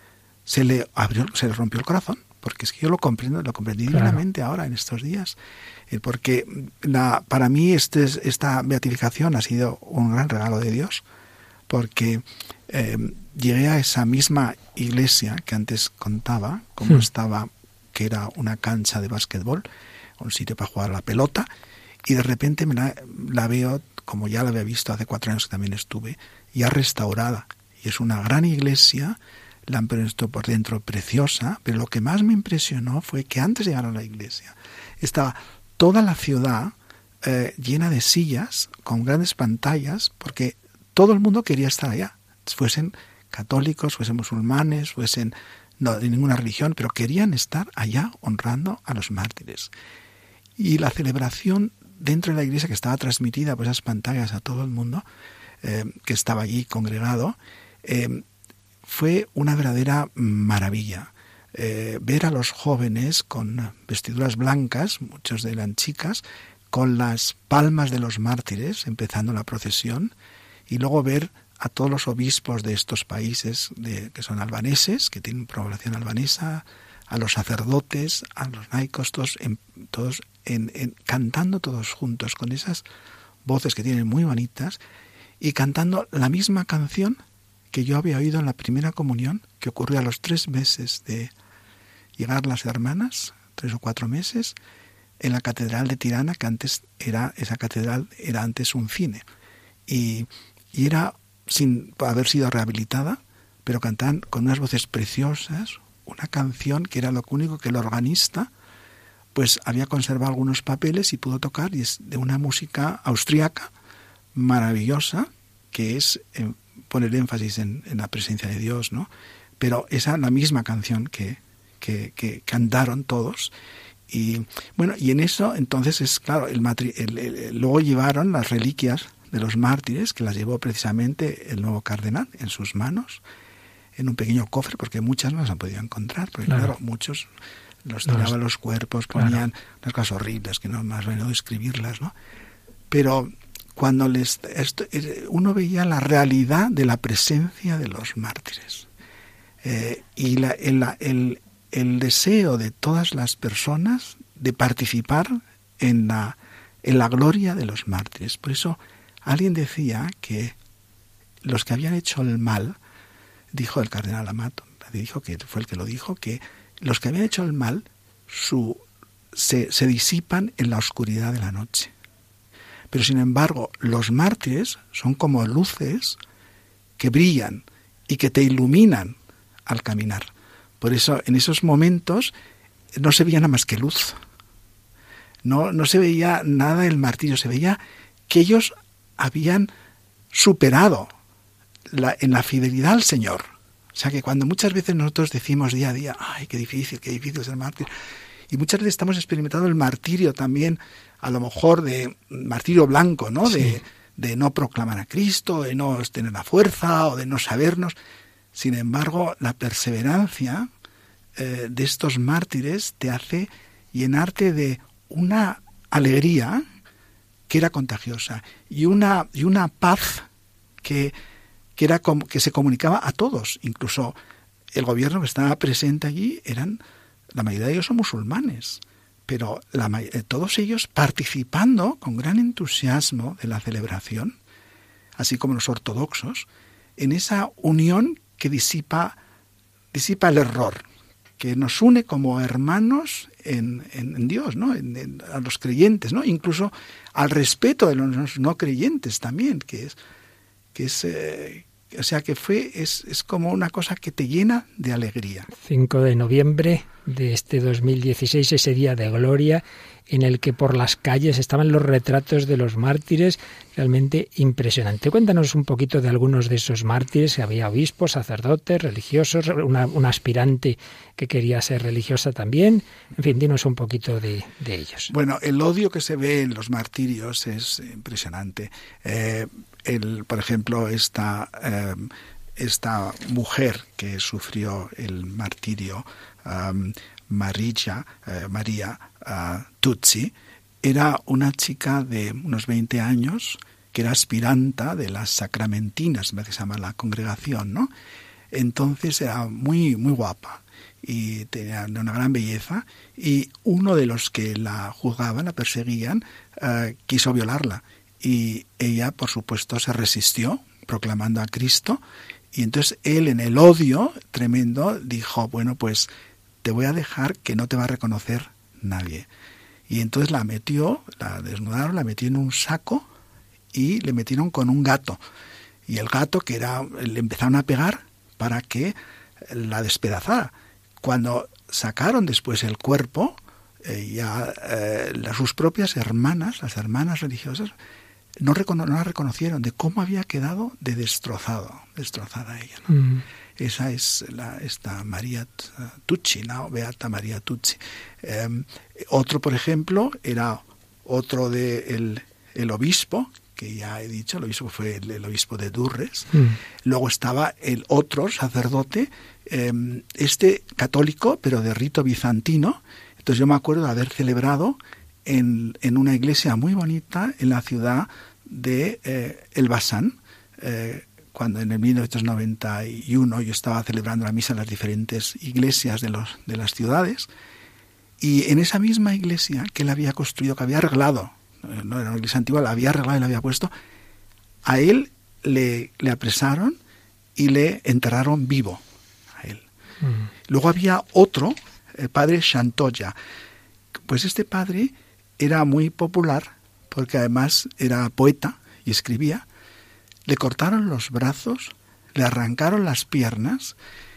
D: se le abrió, se le rompió el corazón, porque es que yo lo comprendo, lo comprendí
A: claro.
D: divinamente ahora en estos días, eh, porque la, para mí este, esta beatificación ha sido un gran regalo de Dios, porque eh, llegué a esa misma iglesia que antes contaba, como
A: sí.
D: estaba, que era una cancha de básquetbol, un sitio para jugar a la pelota, y de repente me la, la veo, como ya la había visto hace cuatro años que también estuve, ya restaurada. Y es una gran iglesia, la han puesto por dentro preciosa, pero lo que más me impresionó fue que antes de llegar a la iglesia estaba toda la ciudad eh, llena de sillas, con grandes pantallas, porque todo el mundo quería estar allá, fuesen católicos, fuesen musulmanes, fuesen no, de ninguna religión, pero querían estar allá honrando a los mártires. Y la celebración dentro de la iglesia, que estaba transmitida por esas pantallas a todo el mundo, eh, que estaba allí congregado, eh, fue una verdadera maravilla. Eh, ver a los jóvenes con vestiduras blancas, muchos eran chicas, con las palmas de los mártires, empezando la procesión, y luego ver a todos los obispos de estos países de, que son albaneses, que tienen población albanesa, a los sacerdotes, a los laicos, todos, en, todos en, en, cantando todos juntos, con esas voces que tienen muy bonitas, y cantando la misma canción que yo había oído en la primera comunión, que ocurrió a los tres meses de llegar las hermanas, tres o cuatro meses, en la catedral de Tirana, que antes era, esa catedral era antes un cine, y, y era, sin haber sido rehabilitada, pero cantaban con unas voces preciosas, una canción que era lo único que el organista pues había conservado algunos papeles y pudo tocar, y es de una música austríaca maravillosa, que es eh, poner énfasis en, en la presencia de Dios, ¿no? Pero esa la misma canción que, que, que cantaron todos. Y bueno, y en eso entonces es claro, el, matri, el, el, el luego llevaron las reliquias de los mártires, que las llevó precisamente el nuevo cardenal en sus manos, en un pequeño cofre, porque muchas no las han podido encontrar, porque claro, claro muchos los tiraban los cuerpos, ponían claro. unas cosas horribles, que no más venido describirlas, ¿no? Pero cuando les esto, uno veía la realidad de la presencia de los mártires, eh, y la, el, el, el deseo de todas las personas de participar en la, en la gloria de los mártires. Por eso alguien decía que los que habían hecho el mal, dijo el cardenal Amato, dijo que fue el que lo dijo, que los que habían hecho el mal su, se, se disipan en la oscuridad de la noche. Pero sin embargo, los mártires son como luces que brillan y que te iluminan al caminar. Por eso, en esos momentos no se veía nada más que luz. No, no se veía nada del martirio, se veía que ellos habían superado la, en la fidelidad al Señor. O sea que cuando muchas veces nosotros decimos día a día, ay, qué difícil, qué difícil es el mártir, y muchas veces estamos experimentando el martirio también, a lo mejor de martirio blanco, ¿no? Sí. De, de no proclamar a Cristo, de no tener la fuerza o de no sabernos. Sin embargo, la perseverancia eh, de estos mártires te hace llenarte de una alegría que era contagiosa y una, y una paz que, que, era com- que se comunicaba a todos. Incluso el gobierno que estaba presente allí, eran la mayoría de ellos son musulmanes, pero la, todos ellos participando con gran entusiasmo de la celebración, así como los ortodoxos, en esa unión que disipa, disipa el error, que nos une como hermanos en, en, en Dios, ¿no? En, en, a los creyentes, ¿no? Incluso al respeto de los no creyentes también, que es, que es eh, o sea que fue es, es como una cosa que te llena de alegría.
A: cinco de noviembre de este dos mil dieciséis, ese día de gloria en el que por las calles estaban los retratos de los mártires, realmente impresionante. Cuéntanos un poquito de algunos de esos mártires. Había obispos, sacerdotes, religiosos, una, una aspirante que quería ser religiosa también. En fin, dinos un poquito de, de ellos.
D: Bueno, el odio que se ve en los martirios es impresionante. Eh, el, por ejemplo, esta, eh, esta mujer que sufrió el martirio, um, Maria, uh, María uh, Tucci, era una chica de unos veinte años que era aspiranta de las sacramentinas, me se llama la congregación, ¿no? Entonces era muy, muy guapa y tenía una gran belleza, y uno de los que la juzgaban, la perseguían, uh, quiso violarla, y ella, por supuesto, se resistió, proclamando a Cristo, y entonces él, en el odio tremendo, dijo, bueno, pues te voy a dejar, que no te va a reconocer nadie. Y entonces la metió, la desnudaron, la metió en un saco y le metieron con un gato. Y el gato, que era, le empezaron a pegar para que la despedazara. Cuando sacaron después el cuerpo, eh, ya eh, sus propias hermanas, las hermanas religiosas, no, recono- no la reconocieron de cómo había quedado de destrozado, destrozada ella, ¿no? Mm. Esa es la, esta María Tucci, ¿no? Beata María Tucci. Eh, otro, por ejemplo, era otro de el, el obispo, que ya he dicho, el obispo fue el, el obispo de Durres. Mm. Luego estaba el otro sacerdote, eh, este católico, pero de rito bizantino. Entonces yo me acuerdo de haber celebrado en, en una iglesia muy bonita en la ciudad de eh, Elbasan, eh, cuando en el mil novecientos noventa y uno yo estaba celebrando la misa en las diferentes iglesias de, los, de las ciudades, y en esa misma iglesia que él había construido, que había arreglado, no era una iglesia antigua, la había arreglado y la había puesto, a él le, le apresaron y le enterraron vivo a él. Mm. Luego había otro, el padre Shantoya. Pues este padre era muy popular porque además era poeta y escribía. Le cortaron los brazos, le arrancaron las piernas,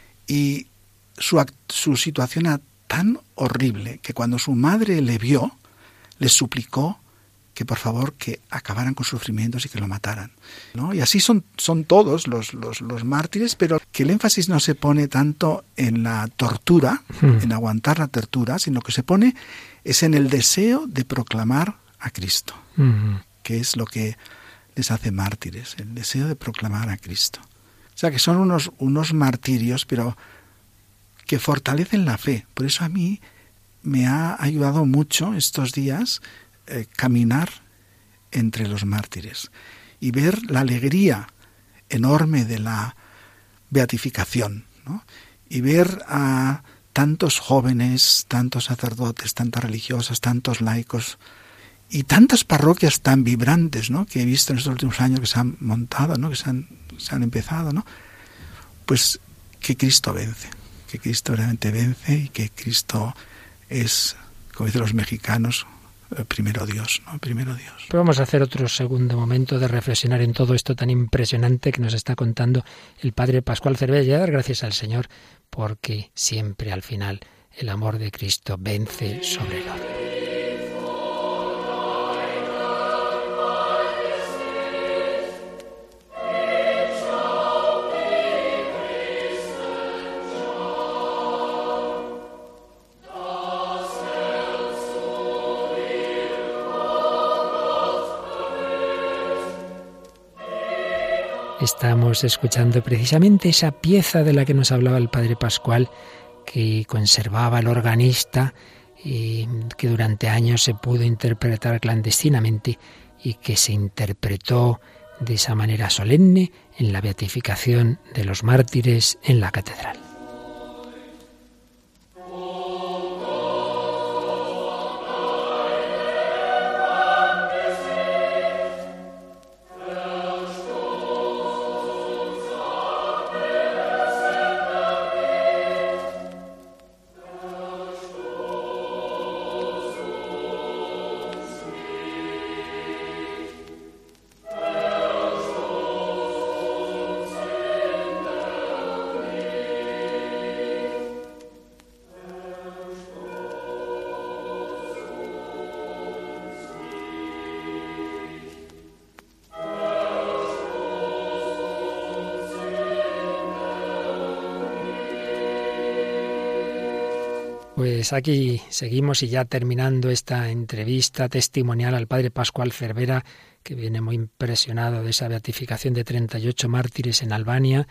D: y su, su situación era tan horrible que cuando su madre le vio, le suplicó que por favor que acabaran con sus sufrimientos y que lo mataran, ¿no? Y así son, son todos los, los, los mártires, pero que el énfasis no se pone tanto en la tortura, hmm. en aguantar la tortura, sino que se pone es en el deseo de proclamar a Cristo, hmm. que es lo que les hace mártires, el deseo de proclamar a Cristo. O sea que son unos, unos martirios, pero que fortalecen la fe. Por eso a mí me ha ayudado mucho estos días eh, caminar entre los mártires y ver la alegría enorme de la beatificación, ¿no? Y ver a tantos jóvenes, tantos sacerdotes, tantas religiosas, tantos laicos, y tantas parroquias tan vibrantes, ¿no?, que he visto en estos últimos años que se han montado, ¿no?, que se han, se han empezado, ¿no? Pues que Cristo vence, que Cristo realmente vence y que Cristo es, como dicen los mexicanos, primero Dios, ¿no? Primero Dios.
A: Pero vamos a hacer otro segundo momento de reflexionar en todo esto tan impresionante que nos está contando el padre Pascual Cervera, y dar gracias al Señor porque siempre al final el amor de Cristo vence sobre el odio. Estamos escuchando precisamente esa pieza de la que nos hablaba el padre Pascual, que conservaba el organista y que durante años se pudo interpretar clandestinamente y que se interpretó de esa manera solemne en la beatificación de los mártires en la catedral. Pues aquí seguimos y ya terminando esta entrevista testimonial al padre Pascual Cervera, que viene muy impresionado de esa beatificación de treinta y ocho mártires en Albania,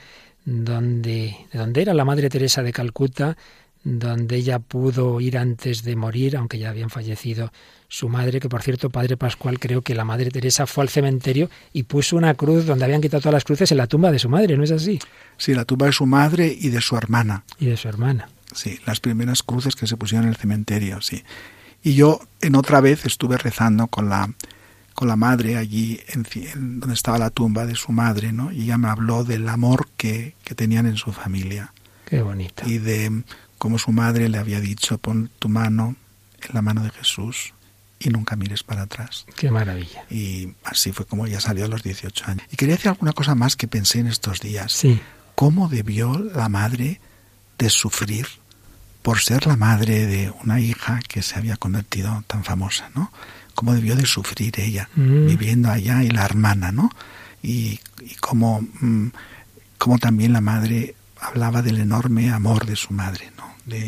A: donde, de donde era la Madre Teresa de Calcuta, donde ella pudo ir antes de morir, aunque ya habían fallecido su madre, que por cierto, Padre Pascual, creo que la Madre Teresa fue al cementerio y puso una cruz donde habían quitado todas las cruces en la tumba de su madre, ¿no es así?
D: Sí, la tumba de su madre y de su hermana.
A: Y de su hermana.
D: Sí, las primeras cruces que se pusieron en el cementerio, sí. Y yo en otra vez estuve rezando con la con la madre allí en, en donde estaba la tumba de su madre, ¿no? Y ella me habló del amor que, que tenían en su familia.
A: Qué bonito.
D: Y de cómo su madre le había dicho, pon tu mano en la mano de Jesús y nunca mires para atrás.
A: Qué maravilla.
D: Y así fue como ella salió a los dieciocho años. Y quería decir alguna cosa más que pensé en estos días.
A: Sí.
D: ¿Cómo debió la madre de sufrir por ser la madre de una hija que se había convertido tan famosa, ¿no? Cómo debió de sufrir ella, mm. viviendo allá, y la hermana, ¿no? Y, y cómo, mm, cómo también la madre hablaba del enorme amor de su madre, ¿no? De,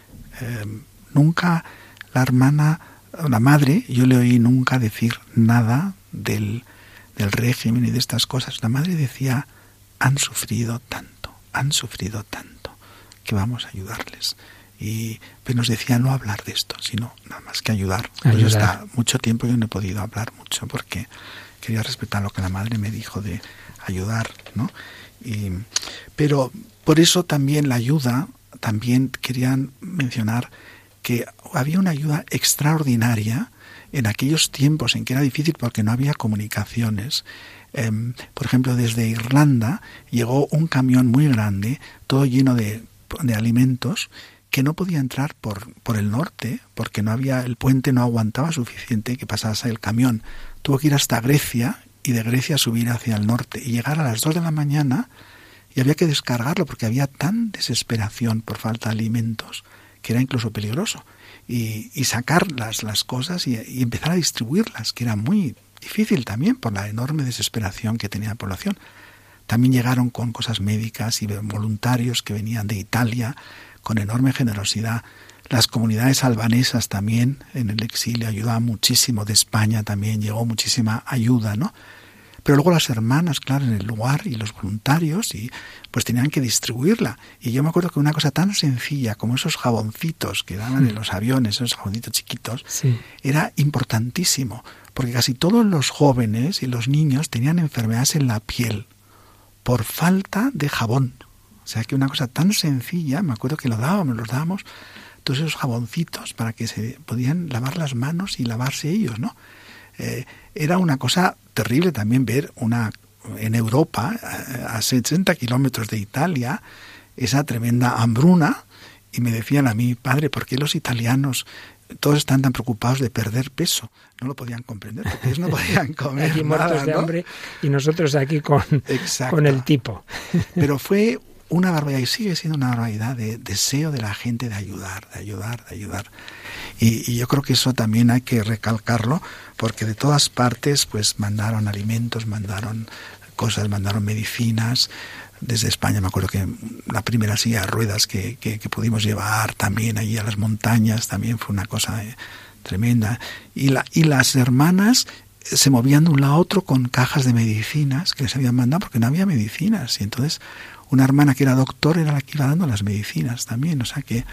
D: eh, nunca la hermana, la madre, yo le oí nunca decir nada del, del régimen y de estas cosas. La madre decía, han sufrido tanto, han sufrido tanto, que vamos a ayudarles. Y pues nos decía no hablar de esto, sino nada más que ayudar. Pues hasta mucho tiempo yo no he podido hablar mucho porque quería respetar lo que la madre me dijo de ayudar, ¿no? Y, pero por eso también la ayuda, también querían mencionar que había una ayuda extraordinaria en aquellos tiempos en que era difícil porque no había comunicaciones. Eh, por ejemplo, desde Irlanda llegó un camión muy grande, todo lleno de, de alimentos, que no podía entrar por, por el norte, porque no había, el puente no aguantaba suficiente que pasase el camión. Tuvo que ir hasta Grecia y de Grecia subir hacia el norte y llegar a las dos de la mañana y había que descargarlo porque había tan desesperación por falta de alimentos que era incluso peligroso. Y, y sacar las, las cosas y, y empezar a distribuirlas, que era muy difícil también por la enorme desesperación que tenía la población. También llegaron con cosas médicas y voluntarios que venían de Italia, con enorme generosidad. Las comunidades albanesas también en el exilio ayudaban muchísimo, de España también llegó muchísima ayuda, ¿no? Pero luego las hermanas, claro, en el lugar, y los voluntarios, y pues tenían que distribuirla. Y yo me acuerdo que una cosa tan sencilla como esos jaboncitos que daban en los aviones, esos jaboncitos chiquitos,
A: sí,
D: era importantísimo, porque casi todos los jóvenes y los niños tenían enfermedades en la piel por falta de jabón. O sea que una cosa tan sencilla, me acuerdo que lo dábamos, los dábamos, todos esos jaboncitos para que se podían lavar las manos y lavarse ellos, ¿no? Eh, era una cosa terrible también ver una en Europa, a sesenta kilómetros de Italia, esa tremenda hambruna, y me decían a mí, padre, ¿por qué los italianos todos están tan preocupados de perder peso? No lo podían comprender, porque ellos no podían comer
A: aquí
D: nada,
A: muertos de
D: ¿no?
A: hambre, y nosotros aquí con, con el tipo.
D: Pero fue una barbaridad, y sigue siendo una barbaridad de deseo de la gente de ayudar, de ayudar, de ayudar. Y, y yo creo que eso también hay que recalcarlo, porque de todas partes pues mandaron alimentos, mandaron cosas, mandaron medicinas. Desde España me acuerdo que la primera silla de ruedas que, que, que pudimos llevar también allí a las montañas, también fue una cosa eh, tremenda. Y, la, y las hermanas se movían de un lado a otro con cajas de medicinas que les habían mandado, porque no había medicinas. Y entonces una hermana que era doctor era la que iba dando las medicinas también. O sea que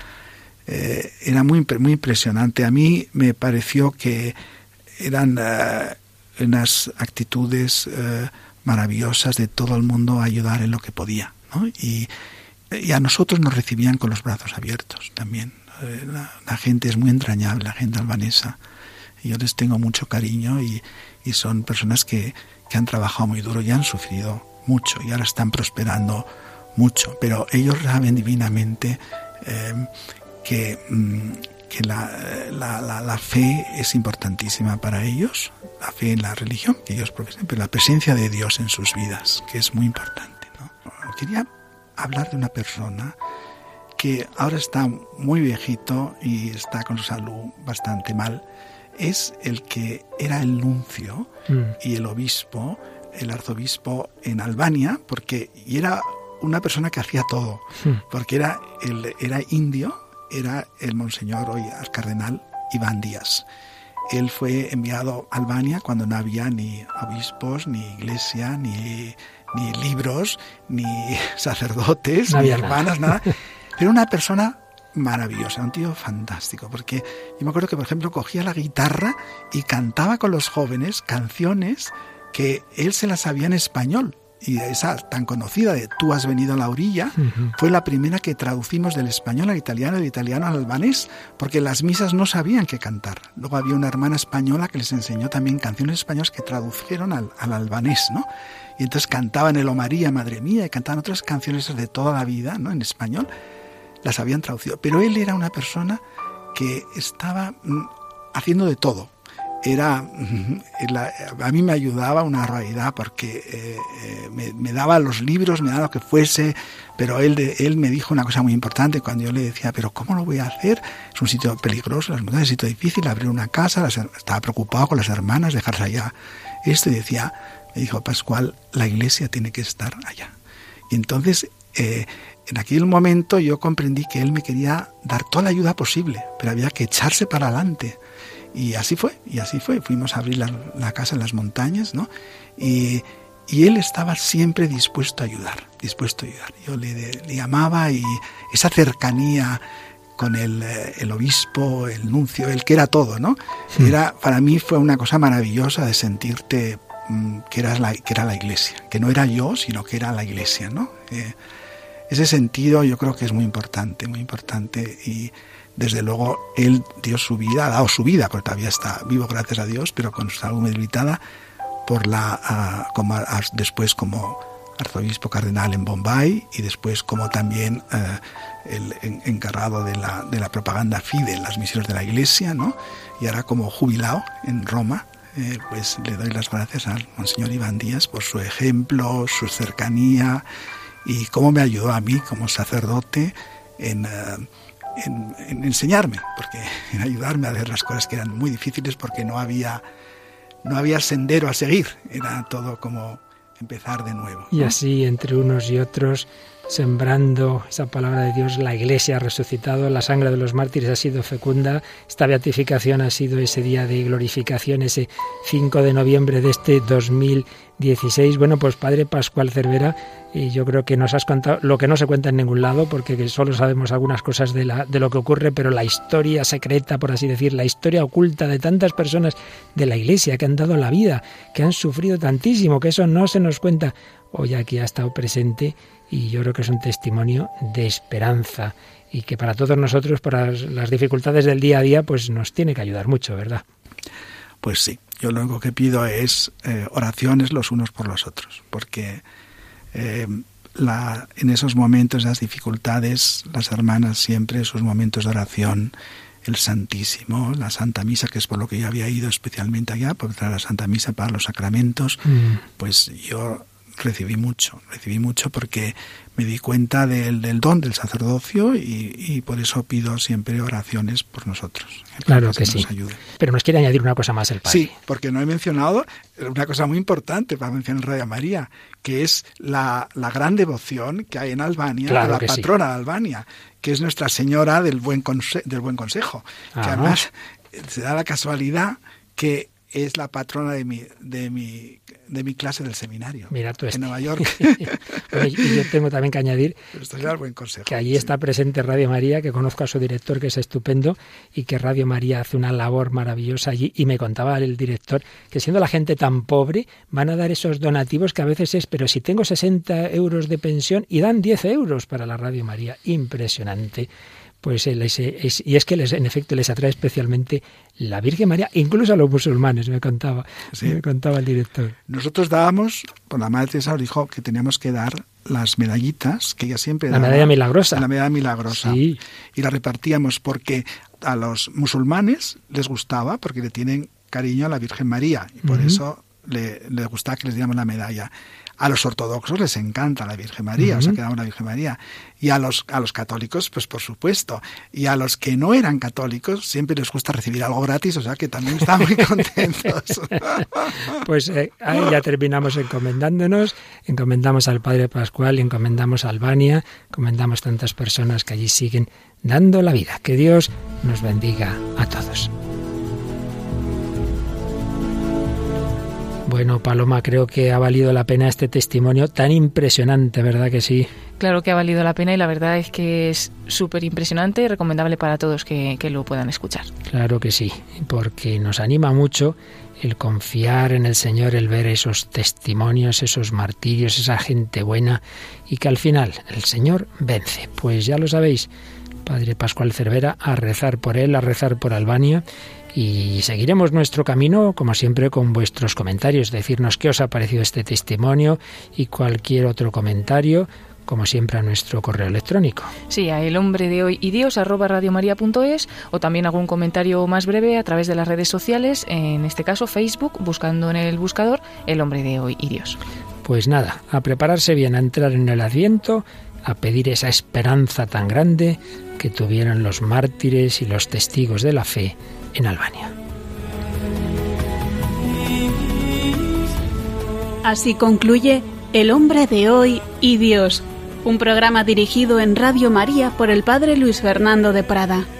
D: eh, era muy, muy impresionante. A mí me pareció que eran uh, unas actitudes uh, maravillosas de todo el mundo a ayudar en lo que podía, ¿no? Y, y a nosotros nos recibían con los brazos abiertos también. Eh, la, la gente es muy entrañable, la gente albanesa. Y yo les tengo mucho cariño y, y son personas que, que han trabajado muy duro y han sufrido mucho y ahora están prosperando mucho, pero ellos saben divinamente eh, que, mm, que la, la, la, la fe es importantísima para ellos, la fe en la religión que ellos profesan, pero la presencia de Dios en sus vidas, que es muy importante, ¿no? Quería hablar de una persona que ahora está muy viejito y está con su salud bastante mal. Es el que era el nuncio mm. y el obispo, el arzobispo en Albania, porque y era una persona que hacía todo, mm. porque era el era indio, era el monseñor hoy el cardenal Iván Díaz. él fue enviado a Albania cuando no había ni obispos, ni iglesia, ni, ni libros, ni sacerdotes,
A: no
D: ni
A: había
D: hermanas,
A: nada.
D: nada. Pero una persona maravillosa, un tío fantástico, porque yo me acuerdo que, por ejemplo, cogía la guitarra y cantaba con los jóvenes canciones que él se las sabía en español. Y esa tan conocida de Tú has venido a la orilla, uh-huh. fue la primera que traducimos del español al italiano, del italiano al albanés, porque las misas no sabían qué cantar. Luego había una hermana española que les enseñó también canciones españolas que tradujeron al, al albanés, ¿no? Y entonces cantaban el O María, Madre Mía, y cantaban otras canciones de toda la vida, ¿no? En español, las habían traducido. Pero él era una persona que estaba mm, haciendo de todo. Era, la, a mí me ayudaba una realidad porque eh, eh, me, me daba los libros, me daba lo que fuese, pero él, de, él me dijo una cosa muy importante cuando yo le decía, pero ¿cómo lo voy a hacer? Es un sitio peligroso, las montañas es un sitio difícil, abrir una casa, las, estaba preocupado con las hermanas, dejarse allá esto, y decía, me dijo, Pascual, la iglesia tiene que estar allá. Y entonces, eh, en aquel momento yo comprendí que él me quería dar toda la ayuda posible, pero había que echarse para adelante. Y así fue, y así fue. Fuimos a abrir la, la casa en las montañas, ¿no? Y, y él estaba siempre dispuesto a ayudar, dispuesto a ayudar. Yo le, le llamaba y esa cercanía con el, el obispo, el nuncio, el que era todo, ¿no? Sí. Era, para mí fue una cosa maravillosa de sentirte mmm, que, eras la, que era la iglesia, que no era yo, sino que era la iglesia, ¿no? Eh, ese sentido yo creo que es muy importante, muy importante, y desde luego él dio su vida, ha dado su vida, porque todavía está vivo, gracias a Dios, pero con su salud debilitada, por la, uh, como, uh, después como arzobispo cardenal en Bombay, y después como también uh, el en, encargado de la, de la propaganda Fide en las misiones de la Iglesia, ¿no? Y ahora como jubilado en Roma, eh, pues le doy las gracias al Monseñor Iván Díaz por su ejemplo, su cercanía, y cómo me ayudó a mí como sacerdote en... Uh, En, en enseñarme, porque en ayudarme a hacer las cosas que eran muy difíciles, porque no había no había sendero a seguir, era todo como empezar de nuevo, ¿no?
A: Y así entre unos y otros, sembrando esa palabra de Dios, la Iglesia ha resucitado, la sangre de los mártires ha sido fecunda, esta beatificación ha sido ese día de glorificación, ese cinco de noviembre de este dos mil dieciséis. Bueno, pues Padre Pascual Cervera, y yo creo que nos has contado lo que no se cuenta en ningún lado, porque solo sabemos algunas cosas de, la, de lo que ocurre, pero la historia secreta, por así decir, la historia oculta de tantas personas de la Iglesia que han dado la vida, que han sufrido tantísimo, que eso no se nos cuenta. Hoy aquí ha estado presente y yo creo que es un testimonio de esperanza y que para todos nosotros, para las dificultades del día a día, pues nos tiene que ayudar mucho, ¿verdad?
D: Pues sí, yo lo único que pido es eh, oraciones los unos por los otros, porque eh, la, en esos momentos, las dificultades, las hermanas siempre, esos momentos de oración, el Santísimo, la Santa Misa, que es por lo que yo había ido especialmente allá, por traer la Santa Misa para los sacramentos, mm. pues yo recibí mucho, recibí mucho porque me di cuenta del, del don del sacerdocio y, y por eso pido siempre oraciones por nosotros.
A: Claro que, que sí. Ayude. Pero nos quiere añadir una cosa más el Padre.
D: Sí, porque no he mencionado una cosa muy importante para mencionar en Radio María, que es la, la gran devoción que hay en Albania,
A: claro
D: a la patrona
A: sí.
D: de Albania, que es Nuestra Señora del Buen, Conse- del Buen Consejo, Ajá. que además se da la casualidad que es la patrona de mi de mi de mi clase del seminario.
A: Mira tú
D: en
A: este.
D: Nueva York.
A: Bueno, y yo tengo también que añadir
D: Esto es el Buen Consejo,
A: que allí
D: sí.
A: está presente Radio María, que conozco a su director, que es estupendo, y que Radio María hace una labor maravillosa allí. Y me contaba el director que siendo la gente tan pobre, van a dar esos donativos que a veces es, pero si tengo sesenta euros de pensión, y dan diez euros para la Radio María. Impresionante. Pues les, es, y es que les, en efecto les atrae especialmente la Virgen María, incluso a los musulmanes, me contaba, sí. me contaba el director.
D: Nosotros dábamos, por la Madre Teresa nos dijo que teníamos que dar las medallitas, que ella siempre
A: la
D: daba.
A: La medalla milagrosa.
D: La medalla milagrosa.
A: Sí.
D: Y la repartíamos porque a los musulmanes les gustaba, porque le tienen cariño a la Virgen María, y por uh-huh. eso le, le gustaba que les diéramos la medalla. A los ortodoxos les encanta la Virgen María, uh-huh. o sea, que damos la Virgen María. Y a los, a los católicos, pues por supuesto. Y a los que no eran católicos, siempre les gusta recibir algo gratis, o sea, que también están muy contentos.
A: Pues eh, ahí ya terminamos encomendándonos, encomendamos al Padre Pascual y encomendamos a Albania, encomendamos tantas personas que allí siguen dando la vida. Que Dios nos bendiga a todos. Bueno, Paloma, creo que ha valido la pena este testimonio tan impresionante, ¿verdad que sí?
C: Claro que ha valido la pena y la verdad es que es súper impresionante y recomendable para todos que, que lo puedan escuchar.
A: Claro que sí, porque nos anima mucho el confiar en el Señor, el ver esos testimonios, esos martirios, esa gente buena y que al final el Señor vence. Pues ya lo sabéis, Padre Pascual Cervera, a rezar por él, a rezar por Albania. Y seguiremos nuestro camino, como siempre, con vuestros comentarios. Decirnos qué os ha parecido este testimonio y cualquier otro comentario, como siempre, a nuestro correo electrónico.
C: Sí, a el hombre de hoy y Dios arroba radiomaria.es, o también algún comentario más breve a través de las redes sociales, en este caso Facebook, buscando en el buscador El hombre de hoy y Dios.
A: Pues nada, a prepararse bien, a entrar en el Adviento, a pedir esa esperanza tan grande que tuvieron los mártires y los testigos de la fe en Albania.
B: Así concluye El hombre de hoy y Dios, un programa dirigido en Radio María por el Padre Luis Fernando de Prada.